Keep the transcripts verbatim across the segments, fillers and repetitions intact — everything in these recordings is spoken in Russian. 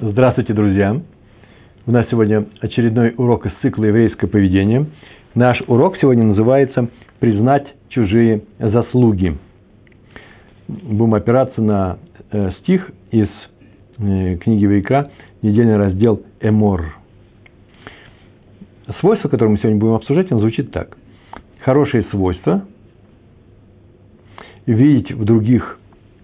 Здравствуйте, друзья! У нас сегодня очередной урок из цикла «Еврейское поведение». Наш урок сегодня называется «Признать чужие заслуги». Будем опираться на э, стих из э, книги Вайкра, недельный раздел «Эмор». Свойство, которое мы сегодня будем обсуждать, оно звучит так. Хорошие свойства – видеть в других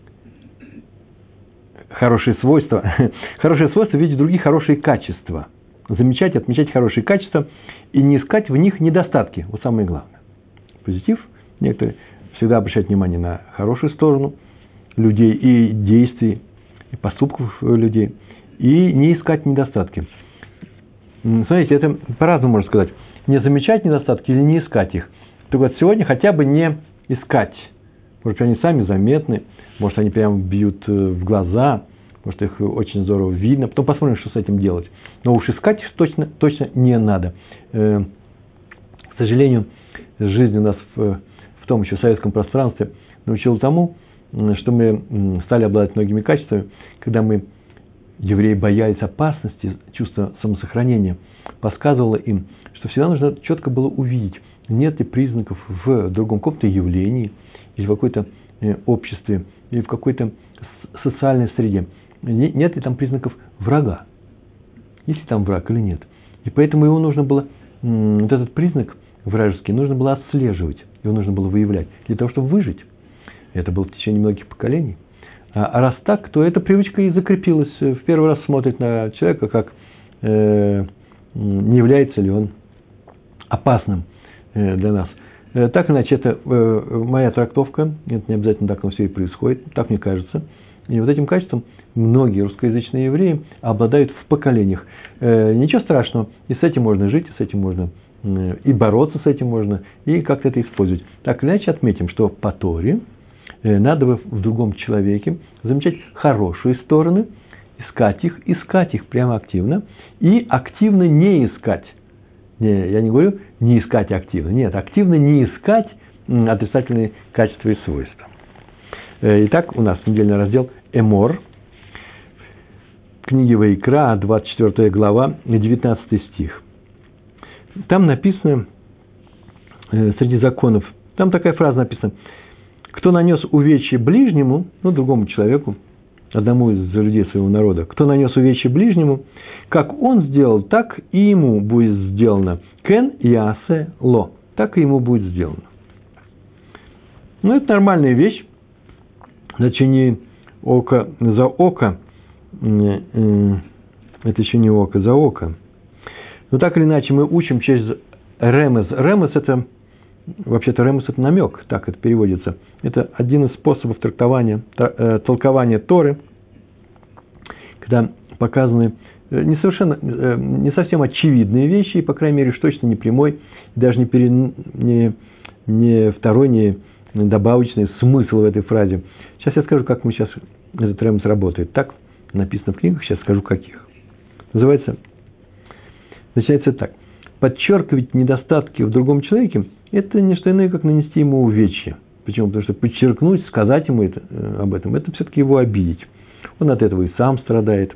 хорошие свойства, хорошие свойства видеть в других хорошие качества, замечать, отмечать хорошие качества и не искать в них недостатки. Вот самое главное. Позитив. Некоторые всегда обращают внимание на хорошую сторону людей и действий, и поступков людей, и не искать недостатки. Смотрите, это по-разному можно сказать. Не замечать недостатки или не искать их. Так вот, сегодня хотя бы не искать. Может быть, они сами заметны, может, они прямо бьют в глаза, может, их очень здорово видно. Потом посмотрим, что с этим делать. Но уж искать их точно, точно не надо. К сожалению, жизнь у нас в, в том еще советском пространстве научила тому, что мы стали обладать многими качествами, когда мы, евреи, боялись опасности, чувства самосохранения, подсказывало им, что всегда нужно четко было увидеть, нет ли признаков в другом каком-то явлении, или в какой-то обществе, или в какой-то социальной среде. Нет ли там признаков врага? Есть ли там враг или нет? И поэтому его нужно было, вот этот признак вражеский, нужно было отслеживать, его нужно было выявлять, для того, чтобы выжить. Это было в течение многих поколений. А раз так, то эта привычка и закрепилась. В первый раз смотрит на человека, как э, не является ли он опасным э, для нас. Так иначе, это э, моя трактовка, это не обязательно так оно все и происходит, так мне кажется. И вот этим качеством многие русскоязычные евреи обладают в поколениях. Э, ничего страшного, и с этим можно жить, и с этим можно, э, и бороться с этим можно, и как-то это использовать. Так иначе отметим, что по Торе э, надо в другом человеке замечать хорошие стороны, искать их, искать их прямо активно, и активно не искать. Не, я не говорю не искать активно. Нет, активно не искать отрицательные качества и свойства. Итак, у нас недельный раздел «Эмор». Книги Вайкра, двадцать четвёртая глава, девятнадцатый стих. Там написано, среди законов, там такая фраза написана: «Кто нанес увечье ближнему, ну, другому человеку, одному из людей своего народа, кто нанес увечье ближнему, как он сделал, так и ему будет сделано. Кен ясе ло». Так и ему будет сделано. Ну, это нормальная вещь. Значит, не око за око. Это еще не око за око. Но так или иначе мы учим через ремес. Ремес – это, вообще-то ремес – это намек, так это переводится. Это один из способов трактования, толкования Торы, когда показаны не совершенно, не совсем очевидные вещи, и, по крайней мере, уж точно не прямой, даже не, пере, не, не второй, не добавочный смысл в этой фразе. Сейчас я скажу, как мы сейчас этот ремес работает. Так написано в книгах, сейчас скажу, каких. Называется, начинается так. Подчеркивать недостатки в другом человеке – это не что иное, как нанести ему увечье. Почему? Потому что подчеркнуть, сказать ему это, об этом, это все-таки его обидеть. Он от этого и сам страдает.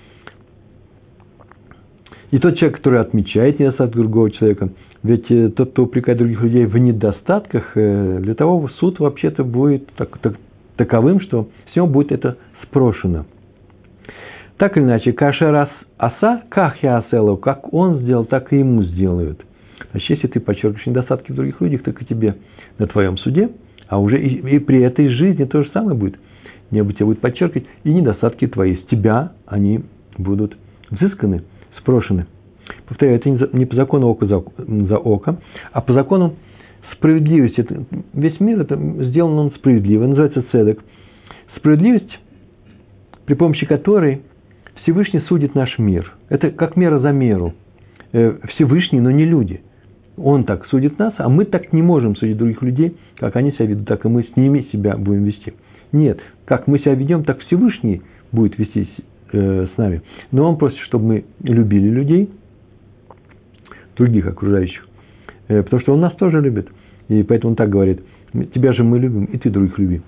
И тот человек, который отмечает недостаток другого человека, ведь тот, кто упрекает других людей в недостатках, для того суд вообще-то будет так, так, таковым, что с него будет это спрошено. Так или иначе, кашер аса, ках я аселу, как он сделал, так и ему сделают. Значит, если ты подчеркиваешь недостатки в других людях, так и тебе на твоем суде, а уже и, и при этой жизни то же самое будет. Небо тебя будет подчеркивать, и недостатки твои с тебя, они будут взысканы, спрошены. Повторяю, это не по закону око за, за око, а по закону справедливости. Это, весь мир это сделан он справедливо, называется цедек. Справедливость, при помощи которой Всевышний судит наш мир. Это как мера за меру. Всевышний, но не люди. Он так судит нас, а мы так не можем судить других людей, как они себя ведут, так и мы с ними себя будем вести. Нет, как мы себя ведем, так Всевышний будет вести э, с нами. Но он просит, чтобы мы любили людей, других окружающих, э, потому что он нас тоже любит. И поэтому он так говорит: тебя же мы любим, и ты других люби.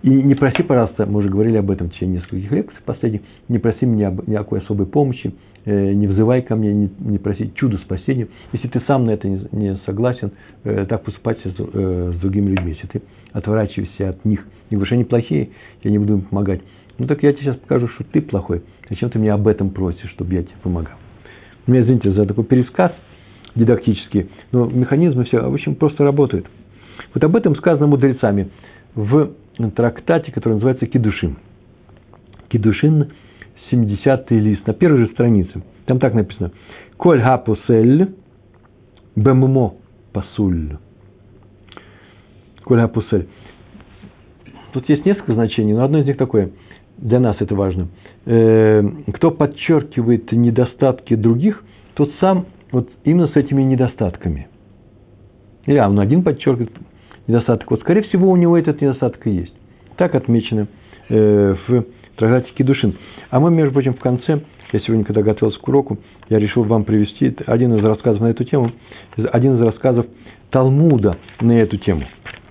И не проси, пожалуйста, мы уже говорили об этом в течение нескольких лекций последних, не проси меня об никакой особой помощи, не взывай ко мне, не, не проси чудо спасения. Если ты сам на это не, не согласен, так поступать с, с другими людьми. Если ты отворачиваешься от них и говоришь, они плохие, я не буду им помогать. Ну так я тебе сейчас покажу, что ты плохой. Зачем ты меня об этом просишь, чтобы я тебе помогал? Меня, извините за такой пересказ дидактический, но механизмы все, в общем, просто работают. Вот об этом сказано мудрецами в трактате, который называется Кидушин. Кидушин, семидесятый лист, на первой же странице. Там так написано. Коль хапусель беммо пасуль. Коль хапусель. Тут есть несколько значений, но одно из них такое. Для нас это важно. Кто подчеркивает недостатки других, тот сам вот именно с этими недостатками. Или а, он один подчеркивает недостаток. Вот, скорее всего, у него этот недостаток и есть. Так отмечено э, в трактате Кидушин. А мы, между прочим, в конце, я сегодня, когда готовился к уроку, я решил вам привести один из рассказов на эту тему, один из рассказов Талмуда на эту тему.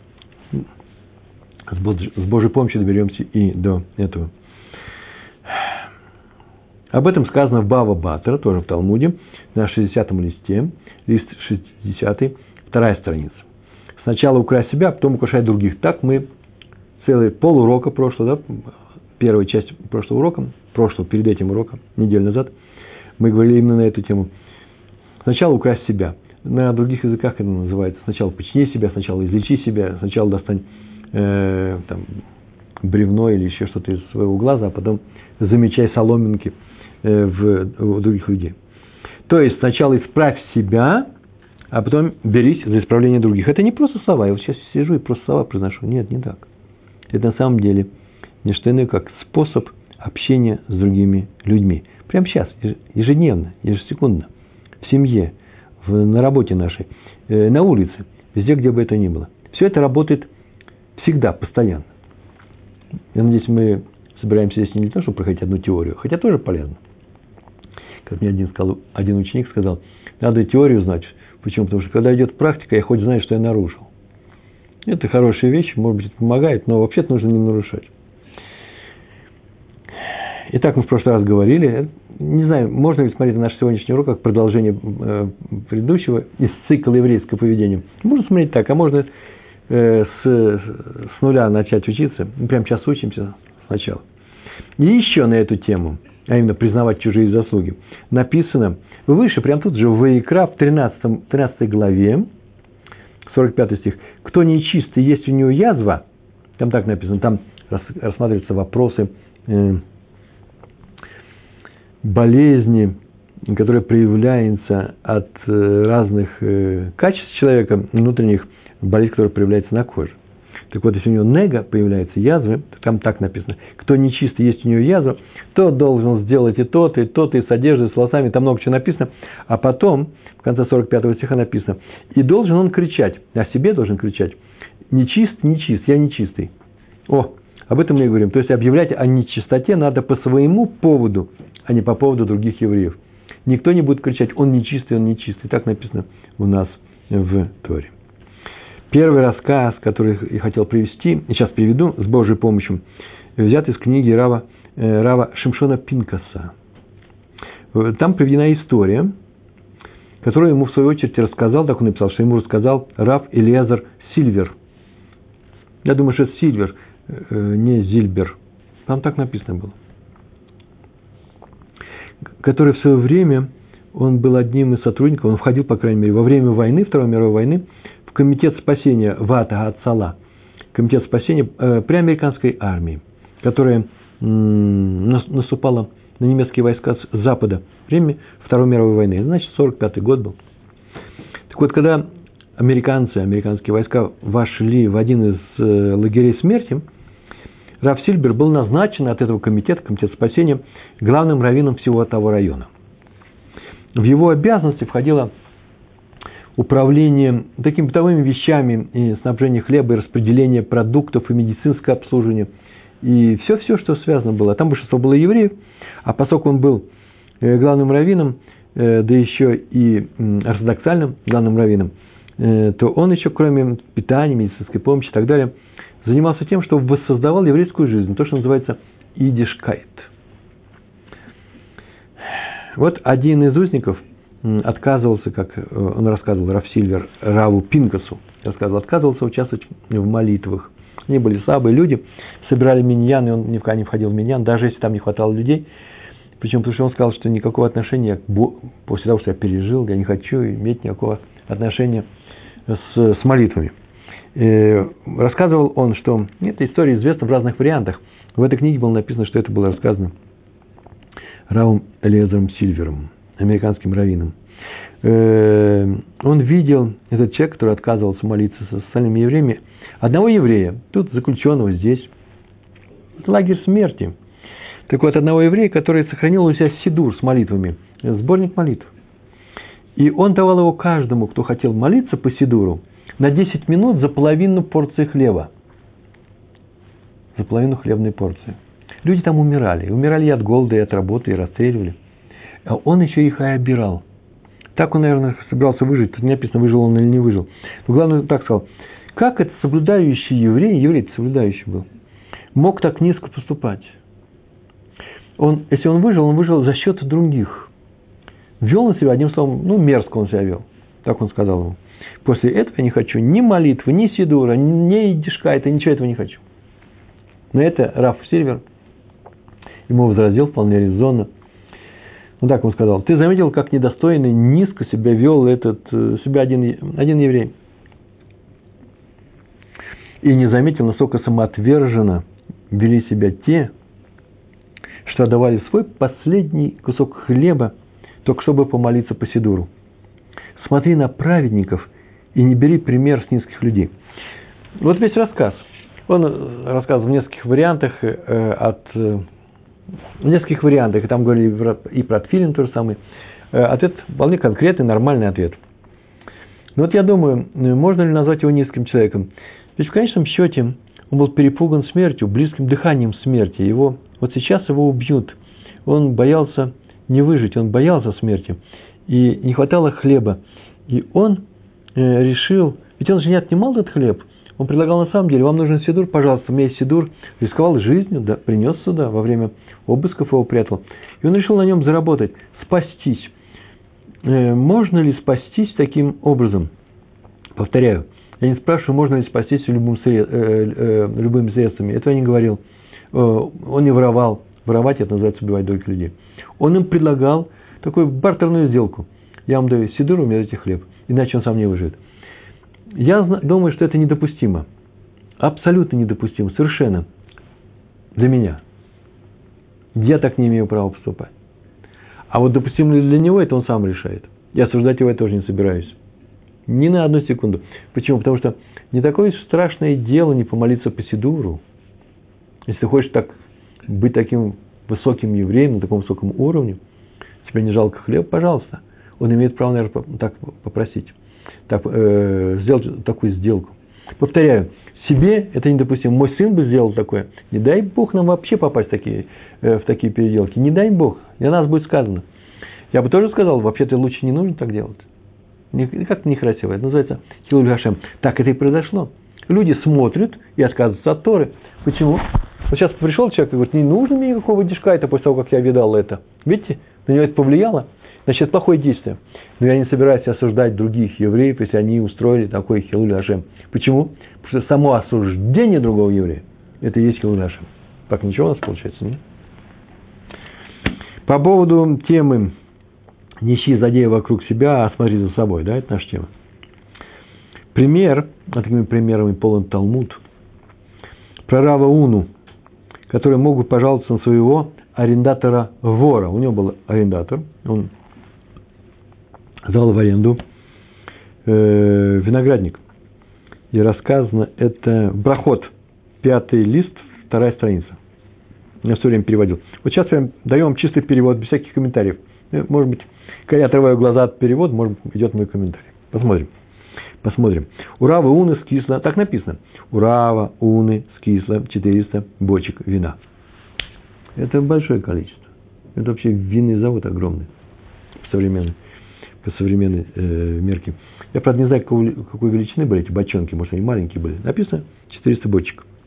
С Божьей помощью доберемся и до этого. Об этом сказано в Бава Батра, тоже в Талмуде, на шестидесятом листе, лист шестидесятый, вторая страница. Сначала укрась себя, а потом украшай других. Так мы целый полурока прошлого, да, первая часть прошлого урока, прошлого, перед этим уроком, неделю назад, мы говорили именно на эту тему. Сначала укрась себя. На других языках это называется. Сначала почини себя, сначала излечи себя, сначала достань э, там, бревно или еще что-то из своего глаза, а потом замечай соломинки э, в, у других людей. То есть сначала исправь себя, а потом берись за исправление других. Это не просто слова. Я вот сейчас сижу и просто слова произношу. Нет, не так. Это на самом деле не что иное, как способ общения с другими людьми. Прямо сейчас, ежедневно, ежесекундно, в семье, в, на работе нашей, э, на улице, везде, где бы это ни было. Все это работает всегда, постоянно. Я надеюсь, мы собираемся здесь не для того, чтобы проходить одну теорию, хотя тоже полезно. Как мне один, сказал, один ученик сказал, надо теорию знать. Почему? Потому что когда идет практика, я хоть знаю, что я нарушил. Это хорошая вещь, может быть, это помогает, но вообще-то нужно не нарушать. Итак, мы в прошлый раз говорили, не знаю, можно ли смотреть на наш сегодняшний урок как продолжение предыдущего из цикла еврейского поведения. Можно смотреть так, а можно с, с нуля начать учиться. Мы прямо сейчас учимся сначала. И еще на эту тему, а именно признавать чужие заслуги, написано выше, прямо тут же в Ваикра, в тринадцатой главе, сорок пятый стих. Кто нечистый, есть у него язва, там так написано, там рассматриваются вопросы э, болезни, которая проявляется от э, разных э, качеств человека, внутренних, болезнь, которая проявляется на коже. Так вот, если у него нега появляется язвы, там так написано, кто нечистый, есть у него язва, то должен сделать и то-то, и то-то, и с одеждой, и с волосами, там много чего написано. А потом, в конце сорок пятого стиха написано, и должен он кричать, о себе должен кричать, нечист, нечист, я нечистый. О, об этом мы и говорим. То есть, объявлять о нечистоте надо по своему поводу, а не по поводу других евреев. Никто не будет кричать, он нечистый, он нечистый. Так написано у нас в Торе. Первый рассказ, который я хотел привести, и сейчас приведу с Божьей помощью, взят из книги Рава, э, Рава Шимшона Пинкаса. Там приведена история, которую ему в свою очередь рассказал, так он написал, что ему рассказал Рав Элиэзер Сильвер. Я думаю, что это Сильвер, э, не Зильбер. Там так написано было. Который в свое время, он был одним из сотрудников, он входил, по крайней мере, во время войны, Второй мировой войны, в комитет спасения Вата Ацала, комитет спасения э, при американской армии, которая м, наступала на немецкие войска с запада во время Второй мировой войны. Значит, сорок пятый год был. Так вот, когда американцы, американские войска вошли в один из э, лагерей смерти, Рав Сильбер был назначен от этого комитета, комитета спасения, главным раввином всего того района. В его обязанности входило управление такими бытовыми вещами, и снабжение хлеба, и распределение продуктов, и медицинское обслуживание, и все-все, что связано было. Там большинство было евреев, а поскольку он был главным раввином, да еще и ортодоксальным главным раввином, то он еще, кроме питания, медицинской помощи и так далее, занимался тем, что воссоздавал еврейскую жизнь, то, что называется идишкайт. Вот один из узников отказывался, как он рассказывал, Рав Сильвер, Раву Пинкасу, рассказывал, отказывался участвовать в молитвах. Они были слабые люди, собирали миньян, и он никогда не входил в миньян, даже если там не хватало людей. Причем, потому что он сказал, что никакого отношения, после того, что я пережил, я не хочу иметь никакого отношения с, с молитвами. И рассказывал он, что эта история известна в разных вариантах. В этой книге было написано, что это было рассказано Равом Элиэзером Сильвером, американским раввином. Он видел, этот человек, который отказывался молиться с остальными евреями, одного еврея, тут заключенного здесь, лагерь смерти. Так вот, одного еврея, который сохранил у себя сидур с молитвами, сборник молитв. И он давал его каждому, кто хотел молиться по сидуру, на десять минут за половину порции хлеба. За половину хлебной порции. Люди там умирали. Умирали и от голода, и от работы, и расстреливали. А он еще их и обирал. Так он, наверное, собирался выжить. Тут не написано, выжил он или не выжил. Но главное, так сказал. Как этот соблюдающий еврей, еврей-то соблюдающий был, мог так низко поступать? Он, если он выжил, он выжил за счет других. Вел он себя, одним словом, ну, мерзко он себя вел. Так он сказал ему. После этого я не хочу ни молитвы, ни сидура, ни идишкайта, ничего этого не хочу. На это Рав Сильвер ему возразил вполне резонно. Ну, так он сказал. Ты заметил, как недостойно, низко себя вел этот, себя один, один еврей. И не заметил, насколько самоотверженно вели себя те, что отдавали свой последний кусок хлеба, только чтобы помолиться по сидуру. Смотри на праведников и не бери пример с низких людей. Вот весь рассказ. Он рассказывал в нескольких вариантах, э, от, э, в нескольких вариантах, и там говорили и про тфилин то же самое. Э, ответ вполне конкретный, нормальный ответ. Но вот я думаю, можно ли назвать его низким человеком? Ведь в конечном счете он был перепуган смертью, близким дыханием смерти. Его, вот сейчас его убьют. Он боялся не выжить, он боялся смерти. И не хватало хлеба. И он э, решил, ведь он же не отнимал этот хлеб. Он предлагал на самом деле, вам нужен сидур, пожалуйста, у меня есть сидур. Рисковал жизнью, да, принес сюда, во время обысков его прятал. И он решил на нем заработать, спастись. Э, можно ли спастись таким образом? Повторяю, я не спрашиваю, можно ли спастись любым, э, э, любыми средствами. Этого я не говорил. Э, он не воровал. Воровать – это называется убивать других людей. Он им предлагал такую бартерную сделку. Я вам даю сидур, у меня дайте хлеб. Иначе он сам не выживет. Я думаю, что это недопустимо. Абсолютно недопустимо. Совершенно. Для меня. Я так не имею права поступать. А вот допустимо ли для него, это он сам решает. Я осуждать его я тоже не собираюсь. Ни на одну секунду. Почему? Потому что не такое страшное дело не помолиться по сидуру. Если ты хочешь так, быть таким высоким евреем, на таком высоком уровне, тебе не жалко хлеб, пожалуйста. Он имеет право, наверное, так попросить. Так, э, сделать такую сделку. Повторяю, себе это недопустимо. Мой сын бы сделал такое. Не дай Бог нам вообще попасть в такие, э, в такие переделки. Не дай Бог. Для нас будет сказано. Я бы тоже сказал, вообще-то лучше не нужно так делать. Как-то некрасиво. Это называется хилуль хашем. Так это и произошло. Люди смотрят и отказываются от Торы. Почему? Вот сейчас пришел человек и говорит, не нужно мне никакого дишкайта после того, как я видал это. Видите, на него это повлияло. Значит, это плохое действие. Но я не собираюсь осуждать других евреев, если они устроили такой хилуль хашем. Почему? Потому что само осуждение другого еврея, это и есть хилуль хашем. Так, ничего у нас получается, нет? По поводу темы «Не ищи злодея вокруг себя, а смотри за собой». Да, это наша тема. Пример, а такими примерами полон Талмуд, про Рава Уну, который мог бы пожаловаться на своего арендатора-вора. У него был арендатор, он сдал в аренду э, виноградник. И рассказано это Брахот, пятый лист, вторая страница. Я все время переводил. Вот сейчас я даю вам чистый перевод, без всяких комментариев. Может быть, когда я отрываю глаза от перевода, может быть, идет мой комментарий. Посмотрим. Посмотрим. У Рава Уны скисло, так написано. У Рава Уны скисло четыреста бочек вина. Это большое количество. Это вообще винный завод огромный. По современной, по современной э, мерке. Я, правда, не знаю, какой, какой величины были эти бочонки. Может, они маленькие были. Написано четыреста бочек.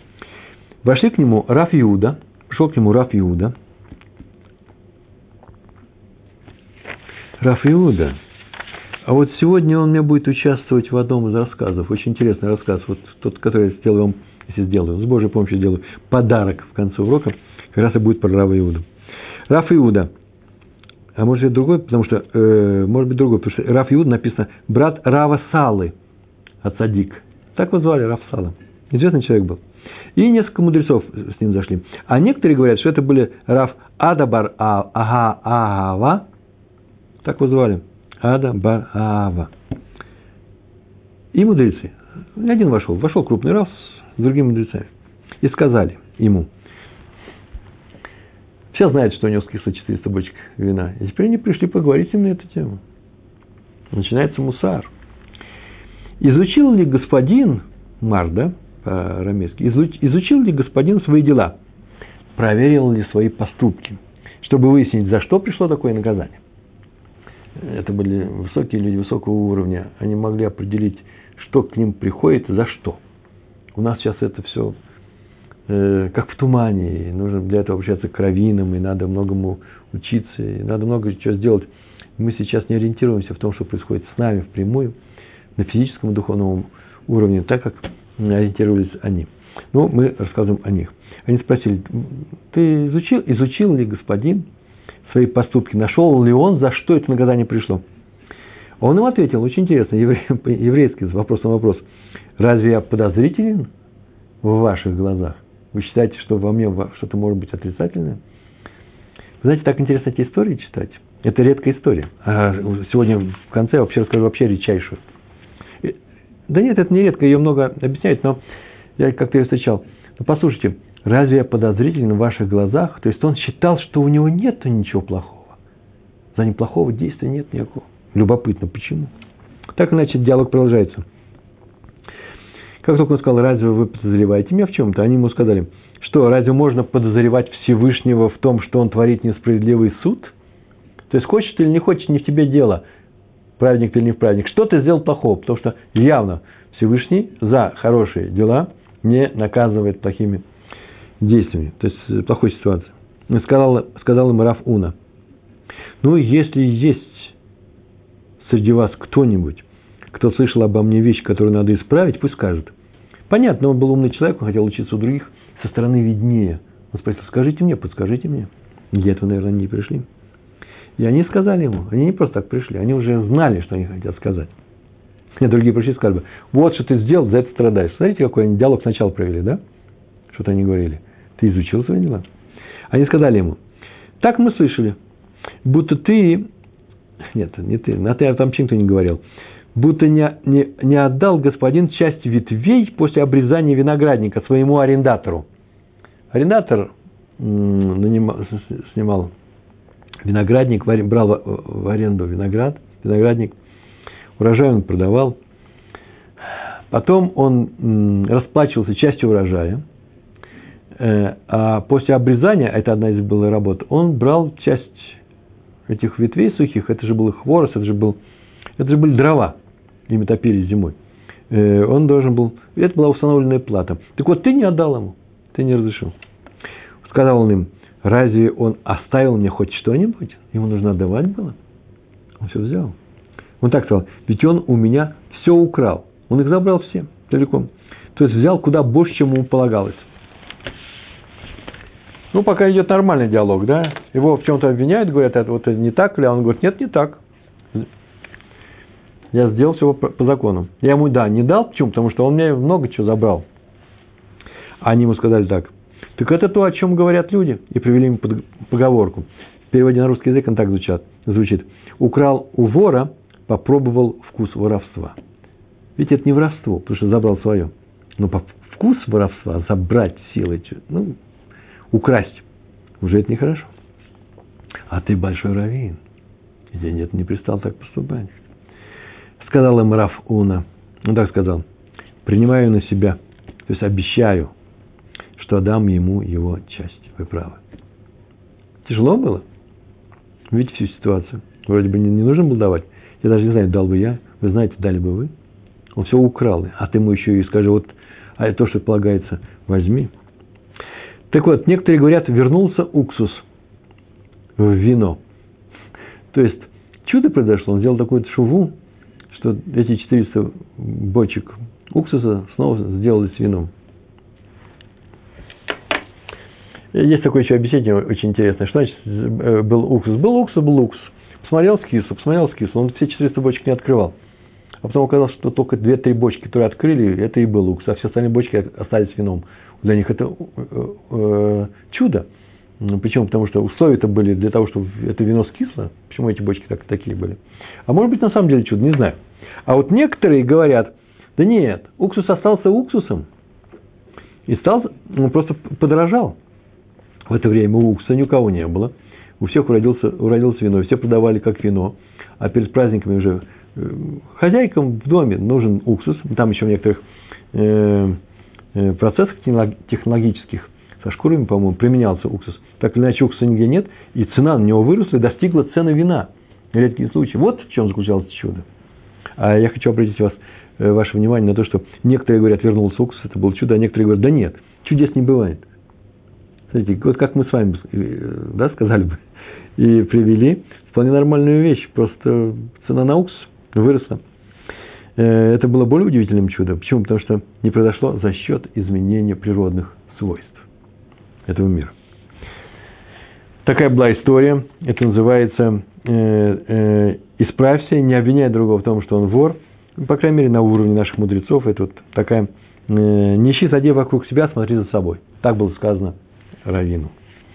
Вошли к нему Рав Иуда, пришел к нему Рав Иуда. Рав Иуда. А вот сегодня он у меня будет участвовать в одном из рассказов. Очень интересный рассказ. Вот тот, который я сделаю вам, если сделаю, с Божьей помощью сделаю подарок в конце урока, как раз и будет про Рава Иуду. Рав Иуда. А может быть другой, потому что, э, может быть другой, потому что Рав Иуда написано брат Рава Салы, от Садик. Так его звали, Рав Сала. Известный человек был. И несколько мудрецов с ним зашли. А некоторые говорят, что это были Рав Ада бар Ага Аава, так его звали, Ада бар Аава. И мудрецы. Один вошел. Вошел крупный Рав с другими мудрецами. И сказали ему, все знают, что у него скисло четыреста бочек вина. И теперь они пришли поговорить им на эту тему. Начинается мусар. Изучил ли господин, Мар, да, по-арамейски, изучил ли господин свои дела? Проверил ли свои поступки? Чтобы выяснить, за что пришло такое наказание. Это были высокие люди, высокого уровня. Они могли определить, что к ним приходит и за что. У нас сейчас это все э, как в тумане. И нужно для этого обращаться к раввинам, и надо многому учиться, и надо много чего сделать. Мы сейчас не ориентируемся в том, что происходит с нами впрямую, на физическом и духовном уровне, так как ориентировались они. Но мы рассказываем о них. Они спросили, ты изучил, изучил ли господин свои поступки, нашел ли он, за что это наказание пришло? Он им ответил, очень интересно, еврейский вопрос на вопрос. Разве я подозрителен в ваших глазах? Вы считаете, что во мне что-то может быть отрицательное? Вы знаете, так интересно эти истории читать. Это редкая история. А сегодня в конце я вообще расскажу вообще редчайшую. Да нет, это не редко, ее много объясняют, но я как-то ее встречал. Но послушайте, разве я подозрителен в ваших глазах? То есть он считал, что у него нет ничего плохого. За ним плохого действия нет никакого. Любопытно, почему? Так, значит, диалог продолжается. Как только он сказал, разве вы подозреваете меня в чем-то? Они ему сказали, что разве можно подозревать Всевышнего в том, что он творит несправедливый суд? То есть хочешь ты или не хочешь, не в тебе дело. Праведник ты или не праведник, что ты сделал плохого? Потому что явно Всевышний за хорошие дела не наказывает плохими действиями, то есть плохой ситуацией. Сказал, сказал им Рав Уна, ну, если есть среди вас кто-нибудь, кто слышал обо мне вещь, которую надо исправить, пусть скажет. Понятно, он был умный человек, он хотел учиться у других, со стороны виднее. Он спросил, скажите мне, подскажите мне. Для этого, наверное, не пришли. И они сказали ему, они не просто так пришли, они уже знали, что они хотят сказать. И другие пришли и сказали, вот что ты сделал, за это страдаешь. Смотрите, какой они диалог сначала провели, да? Что-то они говорили. Ты изучил свои дела? Они сказали ему, так мы слышали, будто ты, нет, не ты, на ты там чем-то не говорил, будто не, не, не отдал господин часть ветвей после обрезания виноградника своему арендатору. Арендатор нанимал, снимал виноградник, брал в аренду виноград, виноградник, урожай он продавал. Потом он расплачивался частью урожая, а после обрезания, это одна из была работ, он брал часть этих ветвей сухих, это же был хворост, это же, был, это же были дрова, ими топили зимой. Он должен был, это была установленная плата. Так вот, ты не отдал ему, ты не разрешил. Сказал он им, разве он оставил мне хоть что-нибудь? Ему нужно отдавать было. Он все взял. Он так сказал, ведь он у меня все украл. Он их забрал все, целиком. То есть взял куда больше, чем ему полагалось. Ну, пока идет нормальный диалог, да? Его в чем-то обвиняют, говорят, это вот не так ли? А он говорит, нет, не так. Я сделал все по, по закону. Я ему, да, не дал, почему? Потому что он мне много чего забрал. А они ему сказали так. Так это то, о чем говорят люди. И привели ему поговорку. В переводе на русский язык он так звучит. звучит. Украл у вора, попробовал вкус воровства. Ведь это не воровство, потому что забрал свое. Но по вкус воровства, забрать силой, ну, украсть, уже это нехорошо. А ты большой раввин. Я нет, не пристал так поступать. Сказал им Рав Уна, он так сказал, принимаю на себя, то есть обещаю, что отдам ему его часть. Вы правы. Тяжело было? Видите всю ситуацию? Вроде бы не, не нужно было давать. Я даже не знаю, дал бы я. Вы знаете, дали бы вы. Он все украл. А ты ему еще и скажи, вот, а то, что полагается, возьми. Так вот, некоторые говорят, вернулся уксус в вино. То есть, чудо произошло, он сделал такую шуву, что эти четыреста бочек уксуса снова сделались вином. Есть такое еще объяснение очень интересное. Что значит был уксус? Был уксус, был уксус. Посмотрел, скису, посмотрел, скису. Он все четыреста бочек не открывал. А потом оказалось, что только две-три бочки, которые открыли, это и был уксус. А все остальные бочки остались вином. Для них это э, чудо. Почему? Потому что условия-то были для того, чтобы это вино скисло. Почему эти бочки так, такие были? А может быть, на самом деле чудо, не знаю. А вот некоторые говорят, да нет, уксус остался уксусом. И стал, ну, просто подорожал. В это время уксуса ни у кого не было. У всех уродился, уродилось вино. Все продавали как вино. А перед праздниками уже э, хозяйкам в доме нужен уксус. Там еще в некоторых э, э, процессах технологических со шкурами, по-моему, применялся уксус. Так или иначе, уксуса нигде нет. И цена на него выросла и достигла цены вина. Редкий случай. Вот в чем заключалось чудо. А я хочу обратить вас, э, ваше внимание на то, что некоторые говорят, вернулся уксус, это было чудо. А некоторые говорят, да нет, чудес не бывает. Смотрите, вот как мы с вами, да, сказали бы, и привели вполне нормальную вещь. Просто цена на уксус выросла. Это было более удивительным чудом. Почему? Потому что не произошло за счет изменения природных свойств этого мира. Такая была история. Это называется э, э, «Исправься, не обвиняй другого в том, что он вор». По крайней мере, на уровне наших мудрецов. Это вот такая э, «Не ищи злодея вокруг себя, смотри за собой». Так было сказано раввину.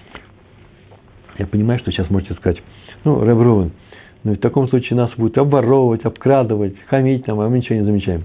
Я понимаю, что сейчас можете сказать, ну, Реб Рувен, но в таком случае нас будут обворовывать, обкрадывать, хамить нам, а мы ничего не замечаем.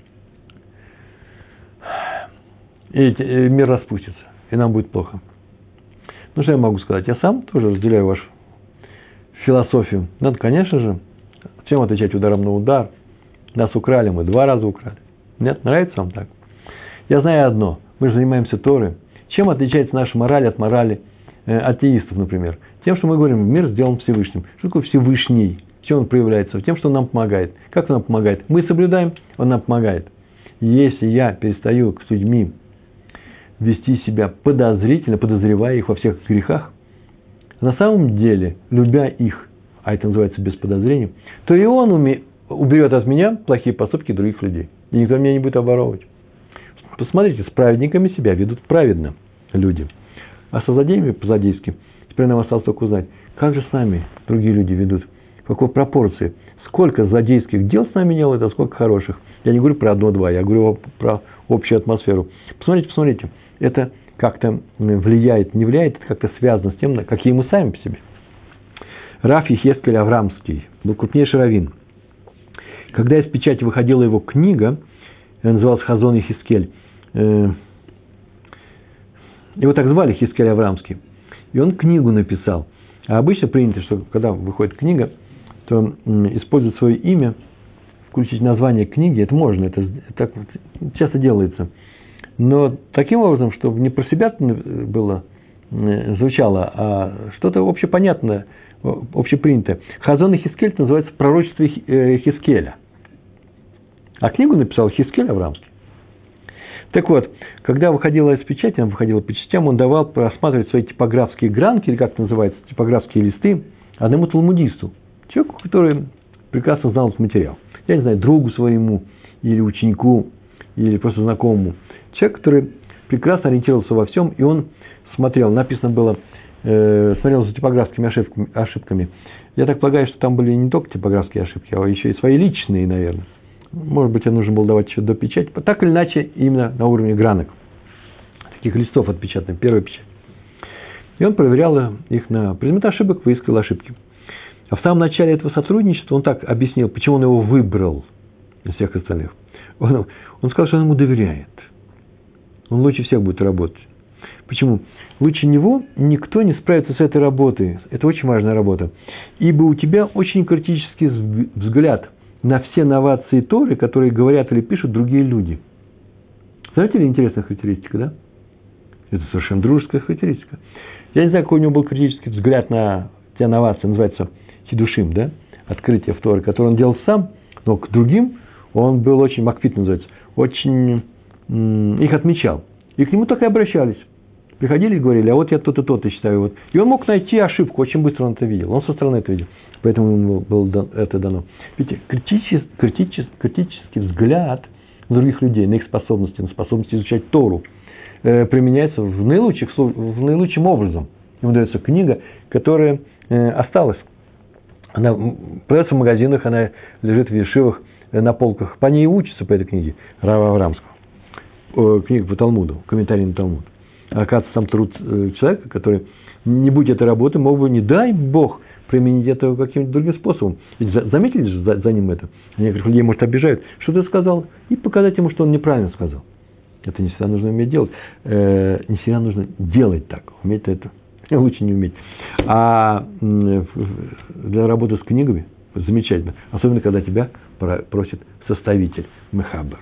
И мир распустится, и нам будет плохо. Ну, что я могу сказать? Я сам тоже разделяю вашу философию. Надо, конечно же, всем отвечать ударом на удар. Нас украли, мы два раза украли. Нет, нравится вам так? Я знаю одно. Мы же занимаемся Торой. Чем отличается наша мораль от морали э, атеистов, например? Тем, что мы говорим, мир сделан Всевышним. Что такое Всевышний? В чем он проявляется? Тем, что он нам помогает. Как он нам помогает? Мы соблюдаем, он нам помогает. Если я перестаю с людьми вести себя подозрительно, подозревая их во всех грехах, на самом деле, любя их, а это называется без подозрения, то и он уме... уберет от меня плохие поступки других людей. И никто меня не будет обворовывать. Посмотрите, с праведниками себя ведут праведно люди. А со злодеями по-злодейски. Теперь нам осталось только узнать, как же с нами другие люди ведут, в какой пропорции. Сколько злодейских дел с нами делают, а сколько хороших. Я не говорю про одно-два, я говорю про общую атмосферу. Посмотрите, посмотрите. Это как-то влияет, не влияет, это как-то связано с тем, какие мы сами по себе. Рав Йехескель Аврамский был крупнейший раввин. Когда из печати выходила его книга, называлась Хазон Йехескель, его так звали Йехескель Аврамский, и он книгу написал. А обычно принято, что когда выходит книга, то используют свое имя, включить название книги, это можно, это, это так часто делается. Но таким образом, чтобы не про себя было, звучало, а что-то общепонятное, общепринятое. Хазон Йехескель называется «Пророчество Йехескеля». А книгу написал Йехескель Аврамский. Так вот, когда выходила из печати, он выходил по частям, он давал просматривать свои типографские гранки, или как это называется, типографские листы, одному талмудисту, человеку, который прекрасно знал этот материал. Я не знаю, другу своему, или ученику, или просто знакомому. Человек, который прекрасно ориентировался во всем, и он смотрел, написано было, э, смотрел за типографскими ошибками, ошибками. Я так полагаю, что там были не только типографские ошибки, а еще и свои личные, наверное. Может быть, нужно было давать еще до печати. Так или иначе, именно на уровне гранок. Таких листов отпечатанных, первая печать. И он проверял их на предмет ошибок, выискивал ошибки. А в самом начале этого сотрудничества он так объяснил, почему он его выбрал из всех остальных. Он, он сказал, что он ему доверяет. Он лучше всех будет работать. Почему? Лучше него никто не справится с этой работой. Это очень важная работа. Ибо у тебя очень критический взгляд на все новации Торы, которые говорят или пишут другие люди. Знаете ли, интересная характеристика, да? Это совершенно дружеская характеристика. Я не знаю, какой у него был критический взгляд на те новации, называется хидушим, да? Открытие в Торе, которое он делал сам, но к другим он был очень, макфит называется, очень м- их отмечал. И к нему так и обращались. приходили и говорили, а вот я то-то, то-то считаю. Вот. И он мог найти ошибку, очень быстро он это видел. Он со стороны это видел. Поэтому ему было это дано. Видите, критический, критический, критический взгляд на других людей, на их способности, на способность изучать Тору, э, применяется в, наилучших, в наилучшим образом. Ему дается книга, которая э, осталась. Она продается в магазинах, она лежит в ешивах, э, на полках. По ней учатся по этой книге Рава Аврамского. Э, книга по Талмуду, комментарий на Талмуд. А оказывается, сам труд э, человека, который, не будь этой работы, мог бы, не дай Бог, применить это каким-то другим способом. Ведь заметили же за, за ним это? Некоторых людей, может, обижают. Что ты сказал? И показать ему, что он неправильно сказал. Это не всегда нужно уметь делать. Э, не всегда нужно делать так. Уметь это лучше не уметь. А для работы с книгами замечательно. Особенно, когда тебя просит составитель Мехабер.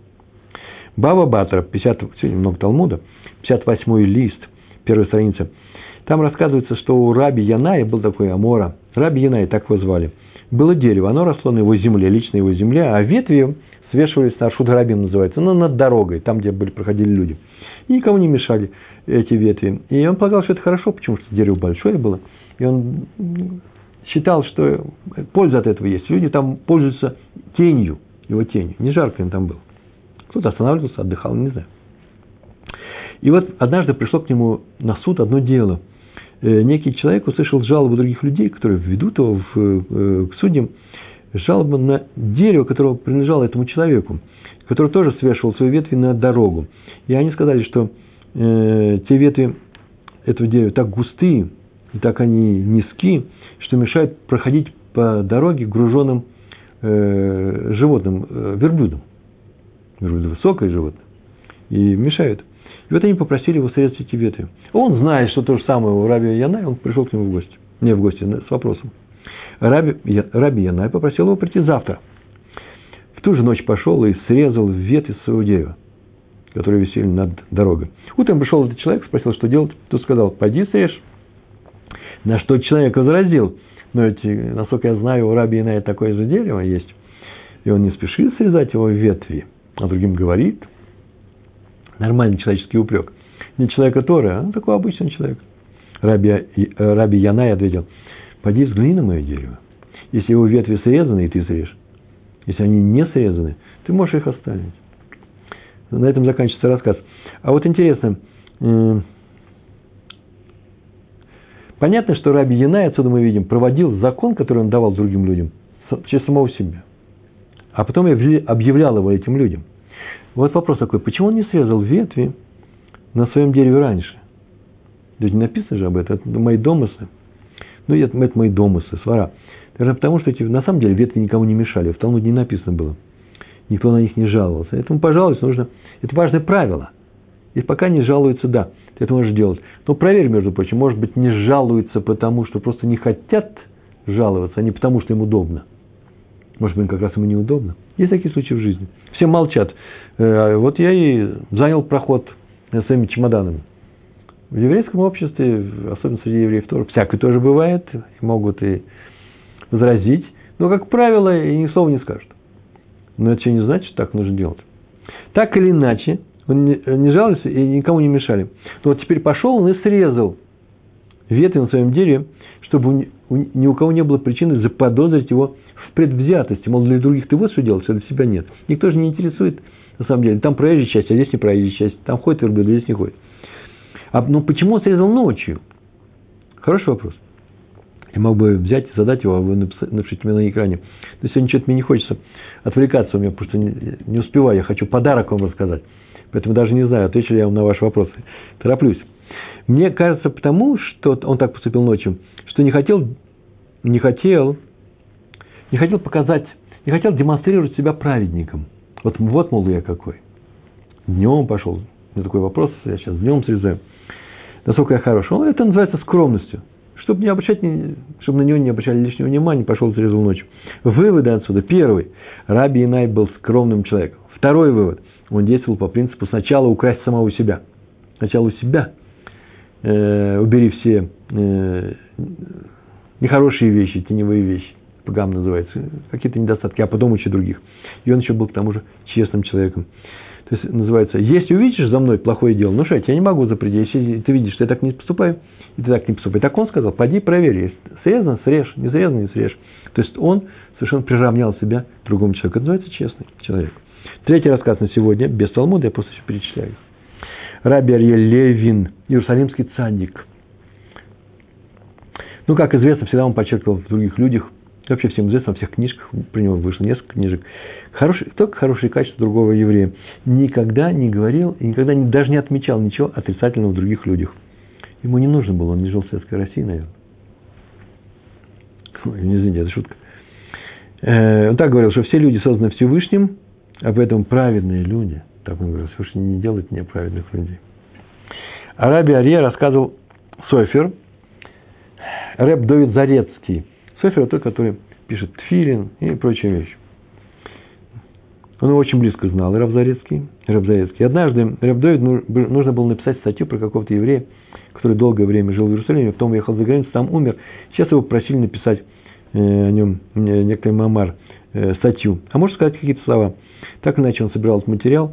Бава Батра, пятьдесят, сегодня много Талмуда, пятьдесят восьмой лист, первая страница. Там рассказывается, что у раби Яная был такой Амора. Раби Яная, так его звали. Было дерево, оно росло на его земле, лично его земле, а ветви свешивались на Шуд-Гарабим, называется, ну, над дорогой, там, где были, проходили люди. И никому не мешали эти ветви. И он полагал, что это хорошо, потому что дерево большое было. И он считал, что польза от этого есть. Люди там пользуются тенью, его тенью. Не жарко им там было. Кто-то останавливался, отдыхал, не знаю. И вот однажды пришло к нему на суд одно дело. Некий человек услышал жалобу других людей, которые ведут его в, к судьям, жалобу на дерево, которое принадлежало этому человеку, который тоже свешивал свои ветви на дорогу. И они сказали, что э, те ветви этого дерева так густые, и так они низки, что мешают проходить по дороге груженным э, животным, э, верблюдом. Верблюд высокое животное. И мешают. И вот они попросили его срезать эти ветви. Он знает, что то же самое у раби Яная, он пришел к нему в гости. Не в гости, с вопросом. Раби, раби Яная попросил его прийти завтра. В ту же ночь пошел и срезал ветви своего дерева, которые висели над дорогой. Утром пришел этот человек, спросил, что делать. Тот сказал, пойди срежь. На что человек возразил, но ведь, насколько я знаю, у раби Яная такое же дерево есть. И он не спешит срезать его ветви, а другим говорит. Нормальный человеческий упрек. Не человека Торы, а такой обычный человек. Раби, раби Яная ответил, пойди взгляни на мое дерево. Если его ветви срезаны, и ты срежешь. Если они не срезаны, ты можешь их оставить. На этом заканчивается рассказ. А вот интересно, понятно, что раби Яная, отсюда мы видим, проводил закон, который он давал другим людям, через самого себя. А потом объявлял его этим людям. Вот вопрос такой, почему он не срезал ветви на своем дереве раньше? Ведь не написано же об этом, это мои домыслы. Ну, это, это мои домыслы, свара. Даже потому, что эти, на самом деле ветви никому не мешали, в Талмуде не написано было. Никто на них не жаловался. Поэтому пожалуйста, нужно, это важное правило. И пока не жалуются, да, ты это можешь делать. Но проверь, между прочим, может быть, не жалуются, потому что просто не хотят жаловаться, а не потому, что им удобно. Может быть, как раз ему неудобно. Есть такие случаи в жизни. Все молчат. Вот я и занял проход своими чемоданами. В еврейском обществе, особенно среди евреев, тоже, всякое тоже бывает. Могут и возразить. Но, как правило, и ни слова не скажут. Но это еще не значит, что так нужно делать. Так или иначе, он не, не жаловался и никому не мешали. Но вот теперь пошел он и срезал ветви на своем дереве, чтобы ни у кого не было причины заподозрить его в предвзятости. Мол, для других ты вот что делаешь, а для себя нет. Никто же не интересует, на самом деле. Там проезжая часть, а здесь не проезжая часть. Там ходит верблюд, а здесь не ходит. А, ну, почему он срезал ночью? Хороший вопрос. Я мог бы взять и задать его, а вы напишите мне на экране. Но сегодня что-то мне не хочется отвлекаться, у меня просто не, не успеваю. Я хочу подарок вам рассказать. Поэтому даже не знаю, отвечу ли я вам на ваши вопросы. Тороплюсь. Мне кажется, потому что он так поступил ночью, что не хотел, не хотел, не хотел показать, не хотел демонстрировать себя праведником. Вот, вот мол, я какой. Днем пошел. У меня такой вопрос, я сейчас днем срезаю. Насколько я хороший. Он, это называется скромностью. Чтобы, не обращать, чтобы на него не обращали лишнего внимания, пошел срезал ночью. Выводы отсюда. Первый. Раби Яная был скромным человеком. Второй вывод. Он действовал по принципу сначала украсть самого себя. Сначала у себя э, убери все э, нехорошие вещи, теневые вещи. Пагам называется. Какие-то недостатки. А потом учи других. И он еще был к тому же честным человеком. То есть, называется, если увидишь за мной плохое дело, ну что, я тебя не могу запретить. Если ты видишь, что я так не поступаю, и ты так не поступай. Так он сказал, поди проверь. Если срезано, срежь. Не срезано, не срежь. То есть, он совершенно приравнял себя к другому человеку. Это называется честный человек. Третий рассказ на сегодня, без Талмуда, я просто еще перечисляю. Раби Арье Левин, иерусалимский цадик. Ну, как известно, всегда он подчеркивал в других людях, вообще всем известно, во всех книжках, при него вышло несколько книжек, хороший, только хорошие качества другого еврея. Никогда не говорил, и никогда не, даже не отмечал ничего отрицательного в других людях. Ему не нужно было, он не жил в Советской России, наверное. Ой, не извините, это шутка. Э, он так говорил, что все люди созданы Всевышним, а поэтому праведные люди. Так он говорил, Всевышний не делает неправедных людей. А Раби Арье рассказывал Софер, Реб Довид Зарецкий. Софер – это тот, который пишет Тфилин и прочие вещи. Он его очень близко знал, Реб Зарецкий. Реб Зарецкий. И однажды Реб Довид нужно было написать статью про какого-то еврея, который долгое время жил в Иерусалиме, потом уехал за границу, там умер. Сейчас его просили написать о нем некий мамар, статью. А может сказать какие-то слова. Так или иначе он собирал этот материал.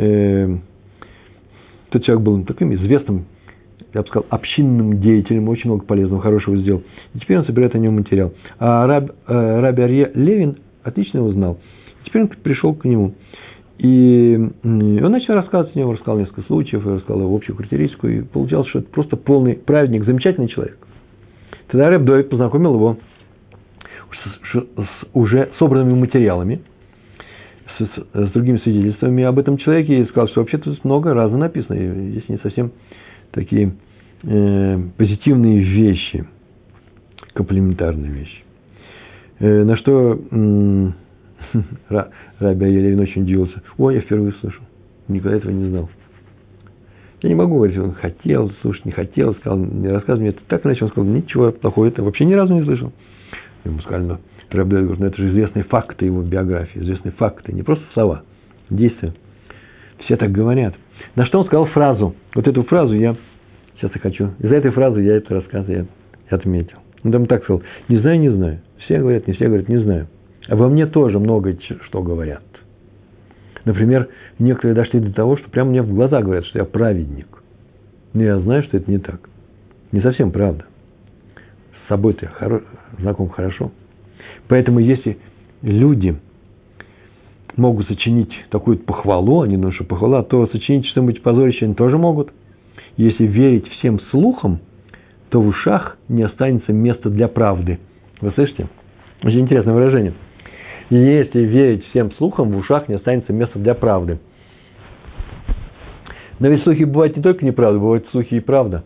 Тот человек был таким известным, я бы сказал, общинным деятелем, очень много полезного, хорошего сделал. И теперь он собирает о нем материал. А Раб, э, Раби Арье Левин отлично его знал. И теперь он пришел к нему. И он начал рассказывать о нем, рассказал несколько случаев, рассказал его общую характеристику. И получалось, что это просто полный праведник, замечательный человек. Тогда Реб Довид познакомил его с, с уже собранными материалами, с, с другими свидетельствами об этом человеке. И сказал, что вообще-то тут много разно написано, если не совсем такие э, позитивные вещи, комплементарные вещи. Э, на что э, Раби Арье Левин очень удивился. Ой, я впервые слышу. Никогда этого не знал. Я не могу говорить, он хотел слушать, не хотел, сказал, не рассказывай мне. Так иначе он сказал, ничего плохого, это вообще ни разу не слышал. Ему сказали, ну, Раби Довид говорит, ну, это же известные факты его биографии, известные факты, не просто слова, действия. Все так говорят. На что он сказал фразу. Вот эту фразу я сейчас и хочу. Из-за этой фразы я этот рассказ я отметил. Он там так сказал. Не знаю, не знаю. Все говорят, не все говорят, не знаю. Обо мне тоже много что говорят. Например, некоторые дошли до того, что прямо мне в глаза говорят, что я праведник. Но я знаю, что это не так. Не совсем правда. С собой-то я хоро- знаком хорошо. Поэтому если люди могут сочинить такую похвалу, они думают, что похвала, то сочинить что-нибудь позорище они тоже могут. Если верить всем слухам, то в ушах не останется места для правды. Вы слышите? Очень интересное выражение. Если верить всем слухам, в ушах не останется места для правды. Но ведь слухи бывают не только неправда, бывают слухи и правда.